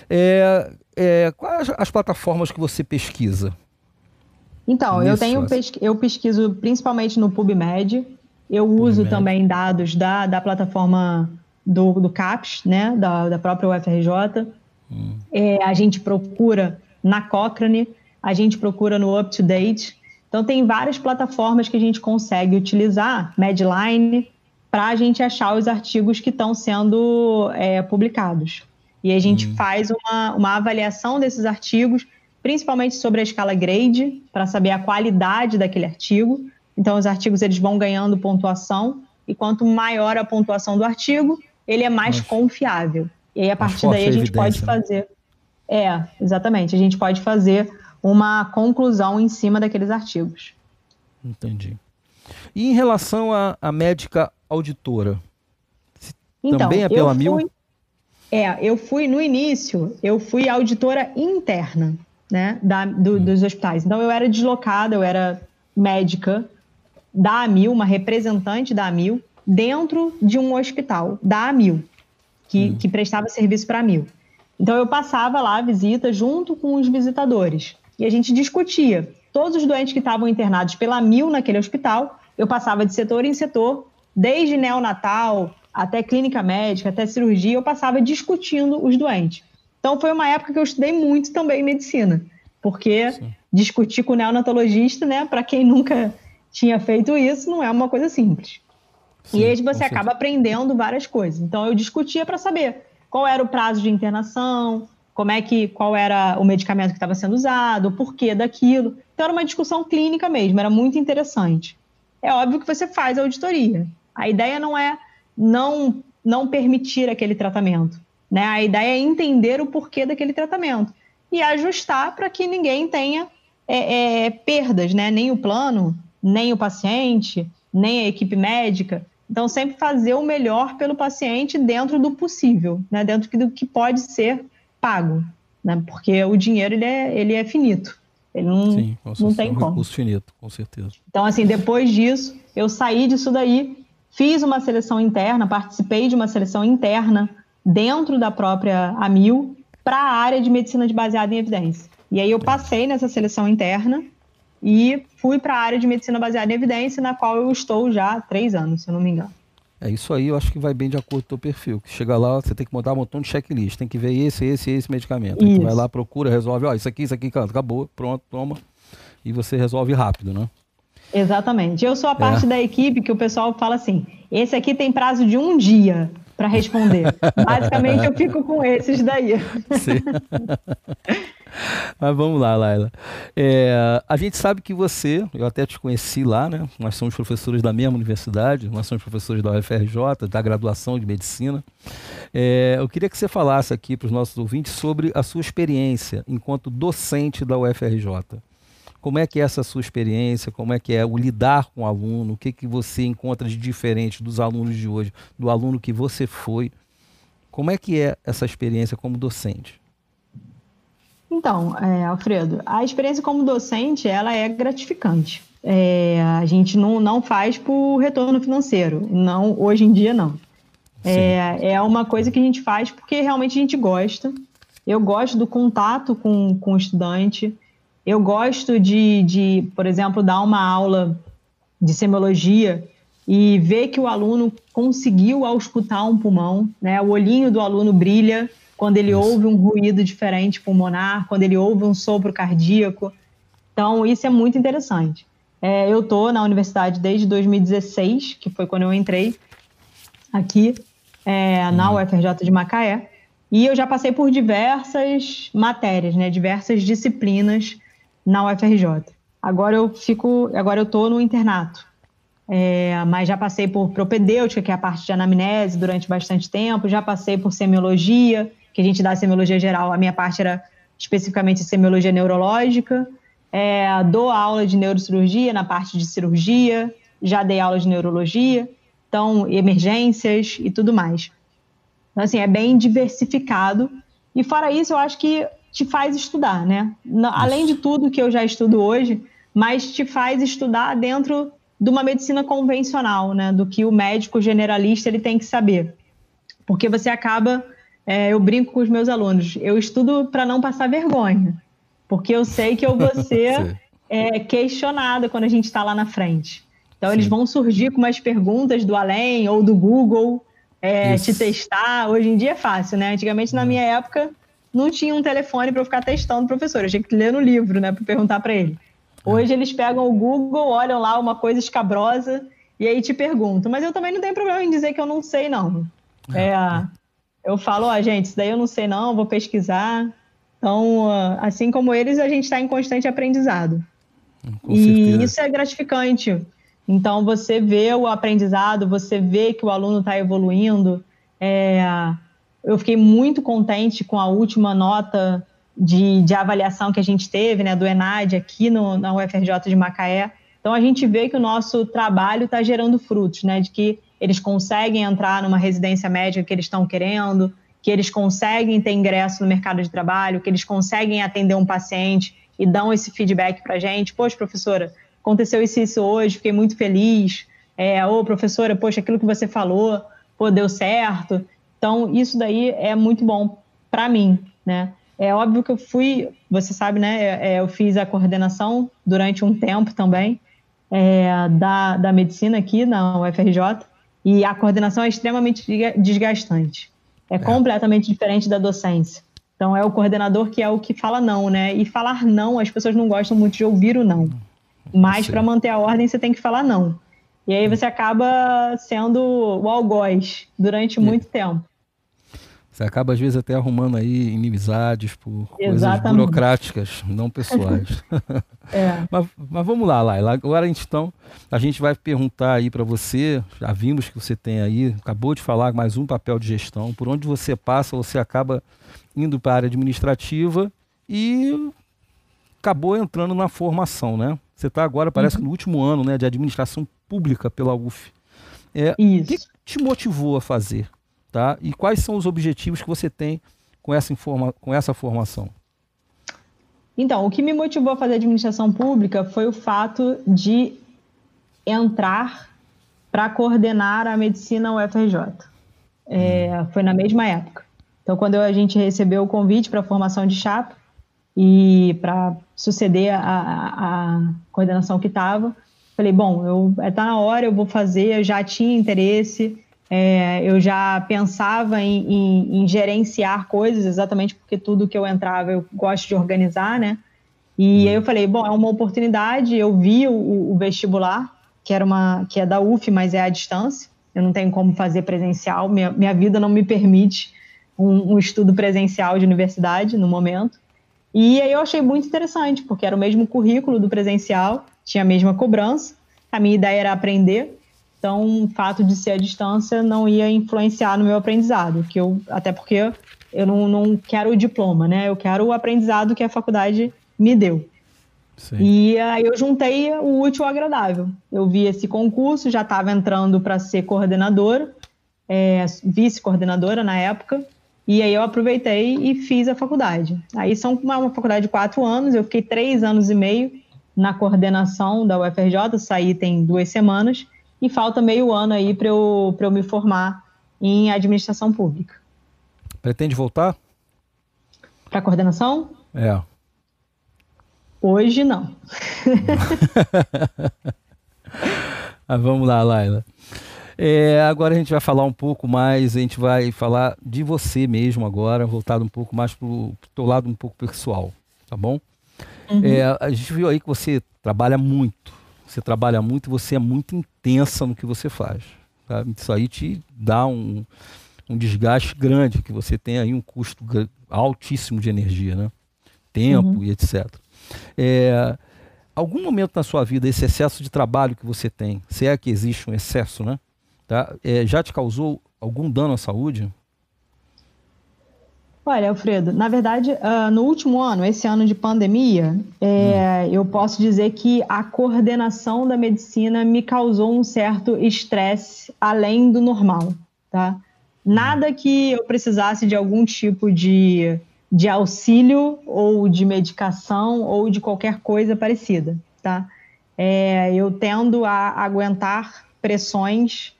É, é, quais as plataformas que você pesquisa? Então, eu, tenho pesqu... eu pesquiso principalmente no PubMed, eu uso PubMed. também dados da, da plataforma do, do CAPES, né, da, da própria U F R J. Hum. É, a gente procura na Cochrane, a gente procura no UpToDate. Então, tem várias plataformas que a gente consegue utilizar, Medline, para a gente achar os artigos que estão sendo é, publicados. E a gente hum. faz uma, uma avaliação desses artigos, principalmente sobre a escala grade, para saber a qualidade daquele artigo. Então, os artigos eles vão ganhando pontuação, e quanto maior a pontuação do artigo, ele é mais Mas, confiável. E aí, a partir daí, a gente pode fazer... É, exatamente. A gente pode fazer uma conclusão em cima daqueles artigos. Entendi. E em relação à médica auditora? Então, também é pela Amil? Fui, é, eu fui, no início, eu fui auditora interna, né, da, do, hum. dos hospitais. Então, eu era deslocada, eu era médica da Amil, uma representante da Amil, dentro de um hospital da Amil, que, hum. que prestava serviço para a Amil. Então, eu passava lá a visita junto com os visitadores. E a gente discutia. Todos os doentes que estavam internados pela Amil naquele hospital, eu passava de setor em setor, desde neonatal até clínica médica, até cirurgia, eu passava discutindo os doentes. Então, foi uma época que eu estudei muito também medicina, porque Sim. discutir com o neonatologista, né, para quem nunca tinha feito isso, não é uma coisa simples. Sim, e aí você acaba aprendendo várias coisas. Então, eu discutia para saber qual era o prazo de internação, como é que, qual era o medicamento que estava sendo usado, o porquê daquilo. Então, era uma discussão clínica mesmo, era muito interessante. É óbvio que você faz a auditoria. A ideia não é não, não permitir aquele tratamento, né? A ideia é entender o porquê daquele tratamento e ajustar para que ninguém tenha é, é, perdas, né? Nem o plano, nem o paciente, nem a equipe médica. Então, sempre fazer o melhor pelo paciente dentro do possível, né? Dentro do que pode ser pago, né? Porque o dinheiro ele é, ele é finito. Ele não, Sim, não tem como. É um recurso finito, com certeza. Então, assim, depois disso, eu saí disso daí, fiz uma seleção interna, participei de uma seleção interna dentro da própria Amil para a área de medicina de baseada em evidência. E aí eu passei nessa seleção interna e fui para a área de medicina baseada em evidência, na qual eu estou já há três anos, se eu não me engano. É isso aí, eu acho que vai bem de acordo com o teu perfil. Chega lá, você tem que montar um montão de checklist, tem que ver esse, esse, esse medicamento. Aí tu vai lá, procura, resolve, ó, isso aqui, isso aqui, acabou, pronto, toma. E você resolve rápido, né? Exatamente. Eu sou a parte é. da equipe que o pessoal fala assim, esse aqui tem prazo de um dia. para responder. Basicamente, eu fico com esses daí. Sim. Mas vamos lá, Laila. É, a gente sabe que você, eu até te conheci lá, né? Nós somos professores da mesma universidade, nós somos professores da U F R J, da graduação de medicina. É, eu queria que você falasse aqui para os nossos ouvintes sobre a sua experiência enquanto docente da U F R J. Como é que é essa sua experiência? Como é que é o lidar com o aluno? O que, que você encontra de diferente dos alunos de hoje, do aluno que você foi? Como é que é essa experiência como docente? Então, é, Alfredo, a experiência como docente, ela é gratificante. É, a gente não, não faz por retorno financeiro, não, hoje em dia não. É, é uma coisa que a gente faz porque realmente a gente gosta. Eu gosto do contato com, com o estudante. Eu gosto de, de, por exemplo, dar uma aula de semiologia e ver que o aluno conseguiu auscultar um pulmão, né? O olhinho do aluno brilha quando ele isso. ouve um ruído diferente pulmonar, quando ele ouve um sopro cardíaco. Então, isso é muito interessante. É, eu estou na universidade desde dois mil e dezesseis, que foi quando eu entrei aqui é, uhum. na U F R J de Macaé, e eu já passei por diversas matérias, né? Diversas disciplinas na U F R J. Agora eu fico, agora eu estou no internato, é, mas já passei por propedêutica, que é a parte de anamnese, durante bastante tempo, já passei por semiologia, que a gente dá semiologia geral, a minha parte era especificamente semiologia neurológica, é, dou aula de neurocirurgia na parte de cirurgia, já dei aula de neurologia, então emergências e tudo mais. Então, assim, é bem diversificado, e fora isso, eu acho que te faz estudar, né? Além de tudo que eu já estudo hoje, mas te faz estudar dentro de uma medicina convencional, né? Do que o médico generalista ele tem que saber. Porque você acaba, é, eu brinco com os meus alunos, eu estudo para não passar vergonha, porque eu sei que eu vou ser é, questionada quando a gente está lá na frente. Então, Sim. eles vão surgir com umas perguntas do além ou do Google, é, te testar. Hoje em dia é fácil, né? Antigamente, na minha época, não tinha um telefone para eu ficar testando o professor. Eu tinha que ler no livro, né, para perguntar para ele. Hoje eles pegam o Google, olham lá uma coisa escabrosa e aí te perguntam. Mas eu também não tenho problema em dizer que eu não sei, não. É, eu falo, ó, gente, isso daí eu não sei não, vou pesquisar. Então, assim como eles, a gente está em constante aprendizado. Com e certeza. Isso é gratificante. Então, você vê o aprendizado, você vê que o aluno está evoluindo. É, eu fiquei muito contente com a última nota de, de avaliação que a gente teve, né, do ENAD aqui no, na U F R J de Macaé. Então, a gente vê que o nosso trabalho está gerando frutos, né, de que eles conseguem entrar numa residência médica que eles estão querendo, que eles conseguem ter ingresso no mercado de trabalho, que eles conseguem atender um paciente e dão esse feedback para a gente. Poxa, professora, aconteceu isso e isso hoje, fiquei muito feliz. É, ô, professora, poxa, aquilo que você falou, pô, deu certo. Então, isso daí é muito bom para mim, né? É óbvio que eu fui, você sabe, né? Eu fiz a coordenação durante um tempo também é, da, da medicina aqui na U F R J, e a coordenação é extremamente desgastante. É, é completamente diferente da docência. Então, é o coordenador que é o que fala não, né? E falar não, as pessoas não gostam muito de ouvir o não. Mas, para manter a ordem, você tem que falar não. E aí você acaba sendo o algoz durante muito é. tempo. Você acaba, às vezes, até arrumando aí inimizades por Exatamente. coisas burocráticas, não pessoais. É. mas, mas vamos lá, Laila. Agora, então, a gente vai perguntar aí para você, já vimos que você tem aí, acabou de falar mais um papel de gestão, por onde você passa, você acaba indo para a área administrativa e acabou entrando na formação, né? Você está agora, parece uhum. que no último ano, né, de administração pública pela U F. É, Isso. O que te motivou a fazer? Tá? E quais são os objetivos que você tem com essa, informa- com essa formação? Então, o que me motivou a fazer administração pública foi o fato de entrar para coordenar a medicina U F R J. É, foi na mesma época. Então, quando a gente recebeu o convite para a formação de chapa e para suceder a, a, a coordenação que estava, falei, bom, está na hora, eu vou fazer, eu já tinha interesse. É, eu já pensava em, em, em gerenciar coisas, exatamente porque tudo que eu entrava eu gosto de organizar, né? E aí eu falei, bom, é uma oportunidade. Eu vi o, o vestibular, que, era uma, que é da U F, mas é à distância, eu não tenho como fazer presencial, minha, minha vida não me permite um, um estudo presencial de universidade no momento. E aí eu achei muito interessante, porque era o mesmo currículo do presencial, tinha a mesma cobrança, a minha ideia era aprender, então o fato de ser à distância não ia influenciar no meu aprendizado, que eu, até porque eu não, não quero o diploma, né? Eu quero o aprendizado que a faculdade me deu. Sim. E aí eu juntei o útil ao agradável. Eu vi esse concurso, já estava entrando para ser coordenadora, é, vice-coordenadora na época, e aí eu aproveitei e fiz a faculdade. Aí são uma, uma faculdade de quatro anos, eu fiquei três anos e meio na coordenação da U F R J, saí tem duas semanas, e falta meio ano aí para eu, para eu me formar em administração pública. Pretende voltar? Para coordenação? É. Hoje não. Ah, vamos lá, Laila. É, agora a gente vai falar um pouco mais, a gente vai falar de você mesmo agora, voltado um pouco mais para o teu lado um pouco pessoal, tá bom? Uhum. É, a gente viu aí que você trabalha muito, você trabalha muito e você é muito intensa no que você faz. Tá? Isso aí te dá um, um desgaste grande, que você tem aí um custo altíssimo de energia, né? Tempo uhum. e etcétera. É, algum momento na sua vida, esse excesso de trabalho que você tem, se é que existe um excesso, né? Tá? É, já te causou algum dano à saúde? Olha, Alfredo, na verdade, uh, no último ano, esse ano de pandemia, é, hum. eu posso dizer que a coordenação da medicina me causou um certo estresse além do normal, tá? Nada que eu precisasse de algum tipo de, de auxílio ou de medicação ou de qualquer coisa parecida, tá? É, eu tendo a aguentar pressões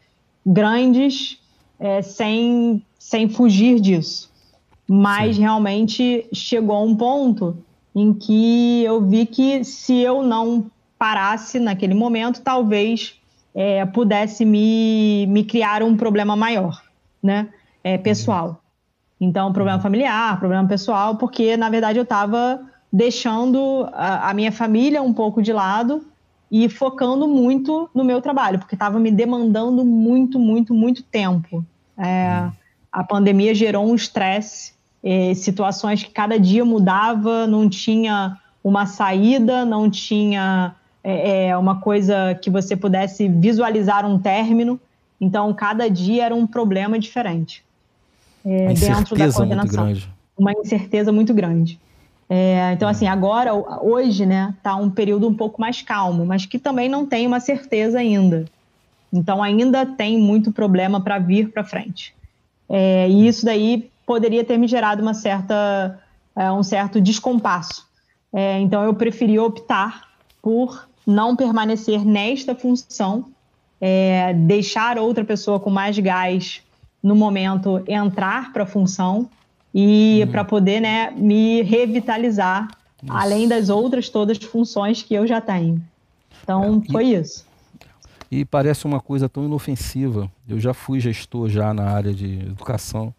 grandes é, sem, sem fugir disso. Mas Sim. realmente chegou a um ponto em que eu vi que se eu não parasse naquele momento, talvez é, pudesse me, me criar um problema maior, né? É, pessoal. Então, problema familiar, problema pessoal, porque, na verdade, eu estava deixando a, a minha família um pouco de lado e focando muito no meu trabalho, porque estava me demandando muito, muito, muito tempo. É, hum. A pandemia gerou um estresse, é, situações que cada dia mudava, não tinha uma saída, não tinha é, uma coisa que você pudesse visualizar um término. Então, cada dia era um problema diferente. É, dentro da coordenação. Muito grande. Uma incerteza muito grande. É, então, assim, agora, hoje, né, tá um período um pouco mais calmo, mas que também não tem uma certeza ainda. Então, ainda tem muito problema para vir para frente. É, e isso daí poderia ter me gerado uma certa, é, um certo descompasso. É, então, eu preferi optar por não permanecer nesta função, é, deixar outra pessoa com mais gás no momento entrar para a função e uhum. para poder, né, me revitalizar, isso. além das outras todas funções que eu já tenho. Então, é, e, foi isso. E parece uma coisa tão inofensiva. Eu já fui gestor já na área de educação.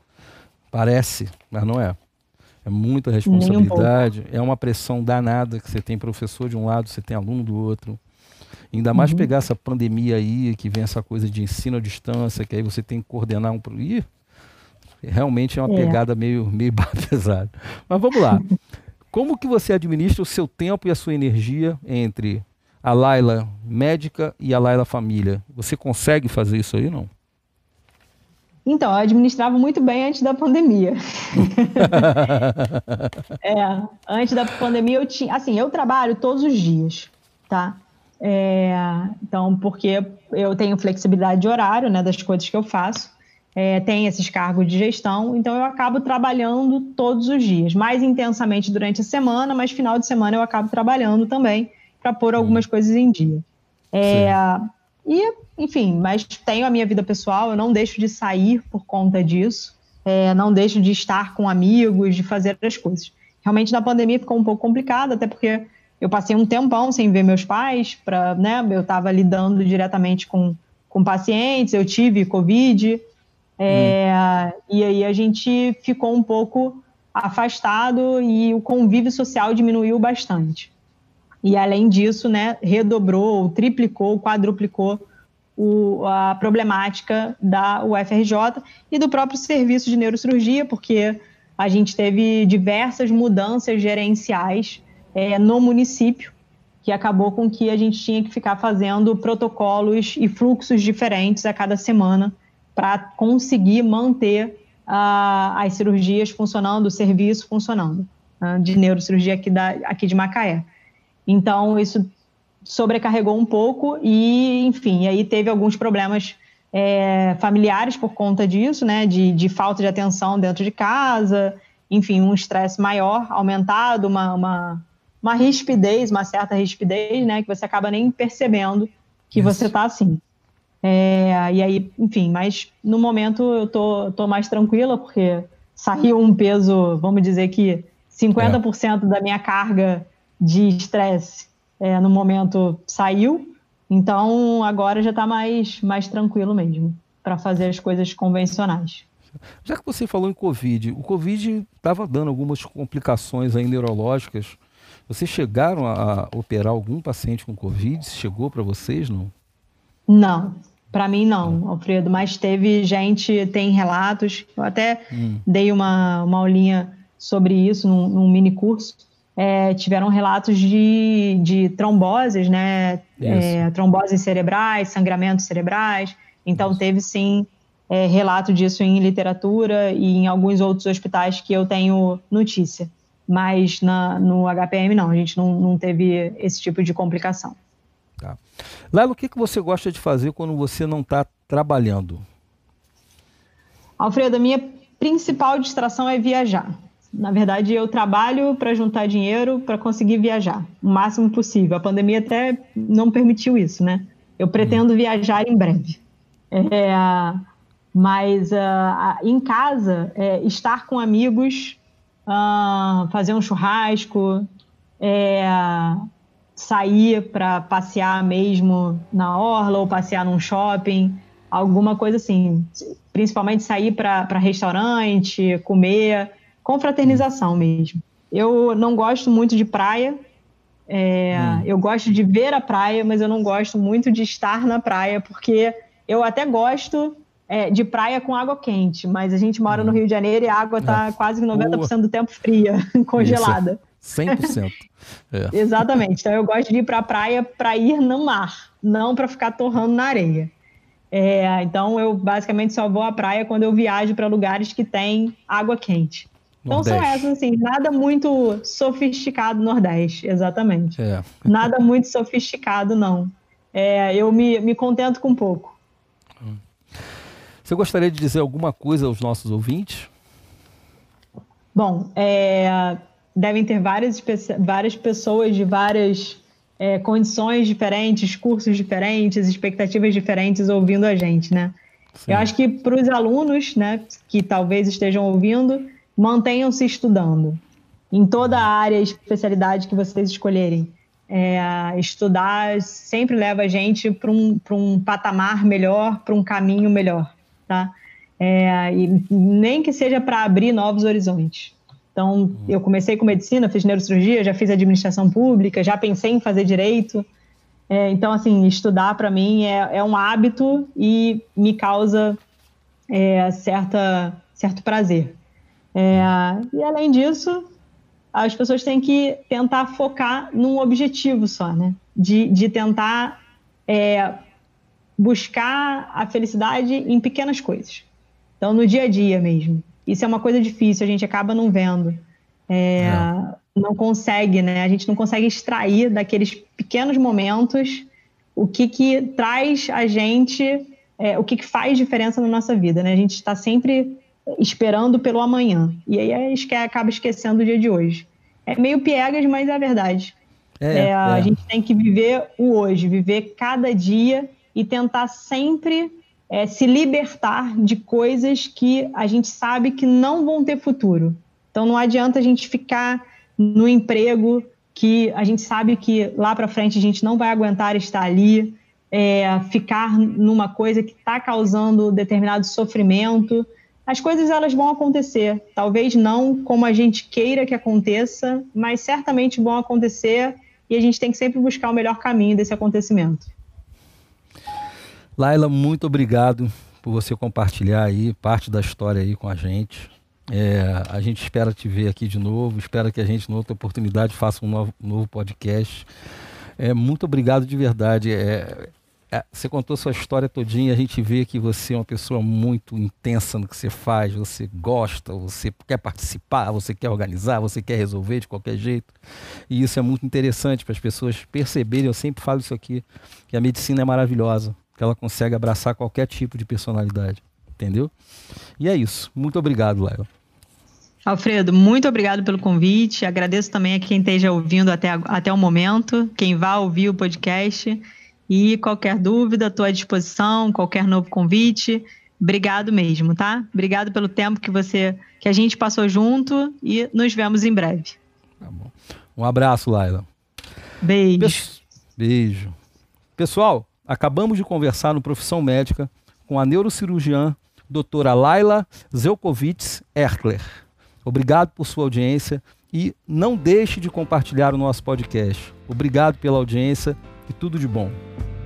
Parece, mas não é. É muita responsabilidade, um é uma pressão danada que você tem professor de um lado, você tem aluno do outro. Ainda mais uhum. pegar essa pandemia aí, que vem essa coisa de ensino à distância, que aí você tem que coordenar um... Ih, realmente é uma é. pegada meio, meio pesada. Mas vamos lá. Como que você administra o seu tempo e a sua energia entre a Laila médica e a Laila família? Você consegue fazer isso aí, não? Então, eu administrava muito bem antes da pandemia. é, antes da pandemia eu tinha... Assim, eu trabalho todos os dias, tá? É, então, porque eu tenho flexibilidade de horário, né, das coisas que eu faço, é, tenho esses cargos de gestão, então eu acabo trabalhando todos os dias, mais intensamente durante a semana, mas final de semana eu acabo trabalhando também para pôr algumas hum. coisas em dia. É, e, enfim, mas tenho a minha vida pessoal, eu não deixo de sair por conta disso, é, não deixo de estar com amigos, de fazer as coisas. Realmente na pandemia ficou um pouco complicado, até porque eu passei um tempão sem ver meus pais, pra, né, eu estava lidando diretamente com, com pacientes, eu tive Covid, é, hum. e aí a gente ficou um pouco afastado e o convívio social diminuiu bastante. E além disso, né, redobrou, triplicou, quadruplicou o, a problemática da U F R J e do próprio serviço de neurocirurgia, porque a gente teve diversas mudanças gerenciais é, no município, que acabou com que a gente tinha que ficar fazendo protocolos e fluxos diferentes a cada semana para conseguir manter uh, as cirurgias funcionando, o serviço funcionando, uh, de neurocirurgia aqui, da, aqui de Macaé. Então, isso sobrecarregou um pouco e, enfim, aí teve alguns problemas é, familiares por conta disso, né, de, de falta de atenção dentro de casa, enfim, um estresse maior, aumentado, uma, uma, uma rispidez, uma certa rispidez, né, que você acaba nem percebendo que Isso. você está assim. É, e aí, enfim, mas no momento eu tô, tô mais tranquila, porque saiu um peso, vamos dizer que cinquenta por cento é. da minha carga de estresse é, no momento saiu, então agora já está mais, mais tranquilo mesmo para fazer as coisas convencionais. Já que você falou em Covid, o Covid estava dando algumas complicações aí neurológicas. Vocês chegaram a, a operar algum paciente com Covid? Chegou para vocês, não? Não, para mim não, Alfredo, mas teve gente, tem relatos, eu até hum. dei uma, uma aulinha sobre isso num, num mini curso, é, tiveram relatos de, de tromboses, né, é, tromboses cerebrais, sangramentos cerebrais, então isso. teve sim é, relato disso em literatura e em alguns outros hospitais que eu tenho notícia, mas na, no H P M não, a gente não, não teve esse tipo de complicação. Tá. Laila, o que, que você gosta de fazer quando você não está trabalhando? Alfredo, a minha principal distração é viajar. Na verdade, eu trabalho para juntar dinheiro para conseguir viajar o máximo possível. A pandemia até não permitiu isso, né? Eu pretendo hum. viajar em breve. É, mas uh, em casa, é, estar com amigos, uh, fazer um churrasco, é, sair para passear mesmo na orla ou passear num shopping, alguma coisa assim. Principalmente sair para restaurante, comer, confraternização mesmo. Eu não gosto muito de praia, é, hum. eu gosto de ver a praia, mas eu não gosto muito de estar na praia, porque eu até gosto é, de praia com água quente, mas a gente mora hum. no Rio de Janeiro e a água está é. quase noventa por cento do tempo fria, congelada. Isso. cem por cento. É. Exatamente. Então eu gosto de ir para a praia para ir no mar, não para ficar torrando na areia. É, então eu basicamente só vou à praia quando eu viajo para lugares que tem água quente. Então Nordeste. São essas, assim, nada muito sofisticado, Nordeste, exatamente. É. Nada muito sofisticado, não. É, eu me, me contento com pouco. Você gostaria de dizer alguma coisa aos nossos ouvintes? Bom, é... devem ter várias, várias pessoas de várias é, condições diferentes, cursos diferentes, expectativas diferentes ouvindo a gente, né? Sim. Eu acho que para os alunos, né, que talvez estejam ouvindo, mantenham-se estudando. Em toda a área e especialidade que vocês escolherem. É, estudar sempre leva a gente para um, para um patamar melhor, para um caminho melhor, tá? É, e nem que seja para abrir novos horizontes. Então, eu comecei com medicina, fiz neurocirurgia, já fiz administração pública, já pensei em fazer direito. É, então, assim, estudar para mim é, é um hábito e me causa é, certa, certo prazer. É, e, além disso, as pessoas têm que tentar focar num objetivo só, né? De, de tentar é, buscar a felicidade em pequenas coisas. Então, no dia a dia mesmo. Isso é uma coisa difícil, a gente acaba não vendo. É, é. Não consegue, né? A gente não consegue extrair daqueles pequenos momentos o que, que traz a gente, é, o que, que faz diferença na nossa vida, né? A gente está sempre esperando pelo amanhã. E aí a gente acaba esquecendo o dia de hoje. É meio piegas, mas é a verdade. É, é, a é. gente tem que viver o hoje, viver cada dia e tentar sempre... É, se libertar de coisas que a gente sabe que não vão ter futuro. Então não adianta a gente ficar no emprego que a gente sabe que lá para frente a gente não vai aguentar estar ali, é, ficar numa coisa que está causando determinado sofrimento. As coisas elas vão acontecer, talvez não como a gente queira que aconteça, mas certamente vão acontecer e a gente tem que sempre buscar o melhor caminho desse acontecimento. Laila, muito obrigado por você compartilhar aí parte da história aí com a gente. É, a gente espera te ver aqui de novo, espera que a gente, em outra oportunidade, faça um novo, um novo podcast. É, muito obrigado de verdade. É, é, você contou sua história todinha, a gente vê que você é uma pessoa muito intensa no que você faz, você gosta, você quer participar, você quer organizar, você quer resolver de qualquer jeito. E isso é muito interessante para as pessoas perceberem, eu sempre falo isso aqui, que a medicina é maravilhosa, que ela consegue abraçar qualquer tipo de personalidade, entendeu? E é isso. Muito obrigado, Laila. Alfredo, muito obrigado pelo convite. Agradeço também a quem esteja ouvindo até, até o momento, quem vá ouvir o podcast. E qualquer dúvida, estou à disposição, qualquer novo convite. Obrigado mesmo, tá? Obrigado pelo tempo que você, que a gente passou junto e nos vemos em breve. Tá bom. Um abraço, Laila. Beijo. Beijo. Pessoal, acabamos de conversar no Profissão Médica com a neurocirurgiã doutora Laila Zelkovitz Erkler. Obrigado por sua audiência e não deixe de compartilhar o nosso podcast. Obrigado pela audiência e tudo de bom.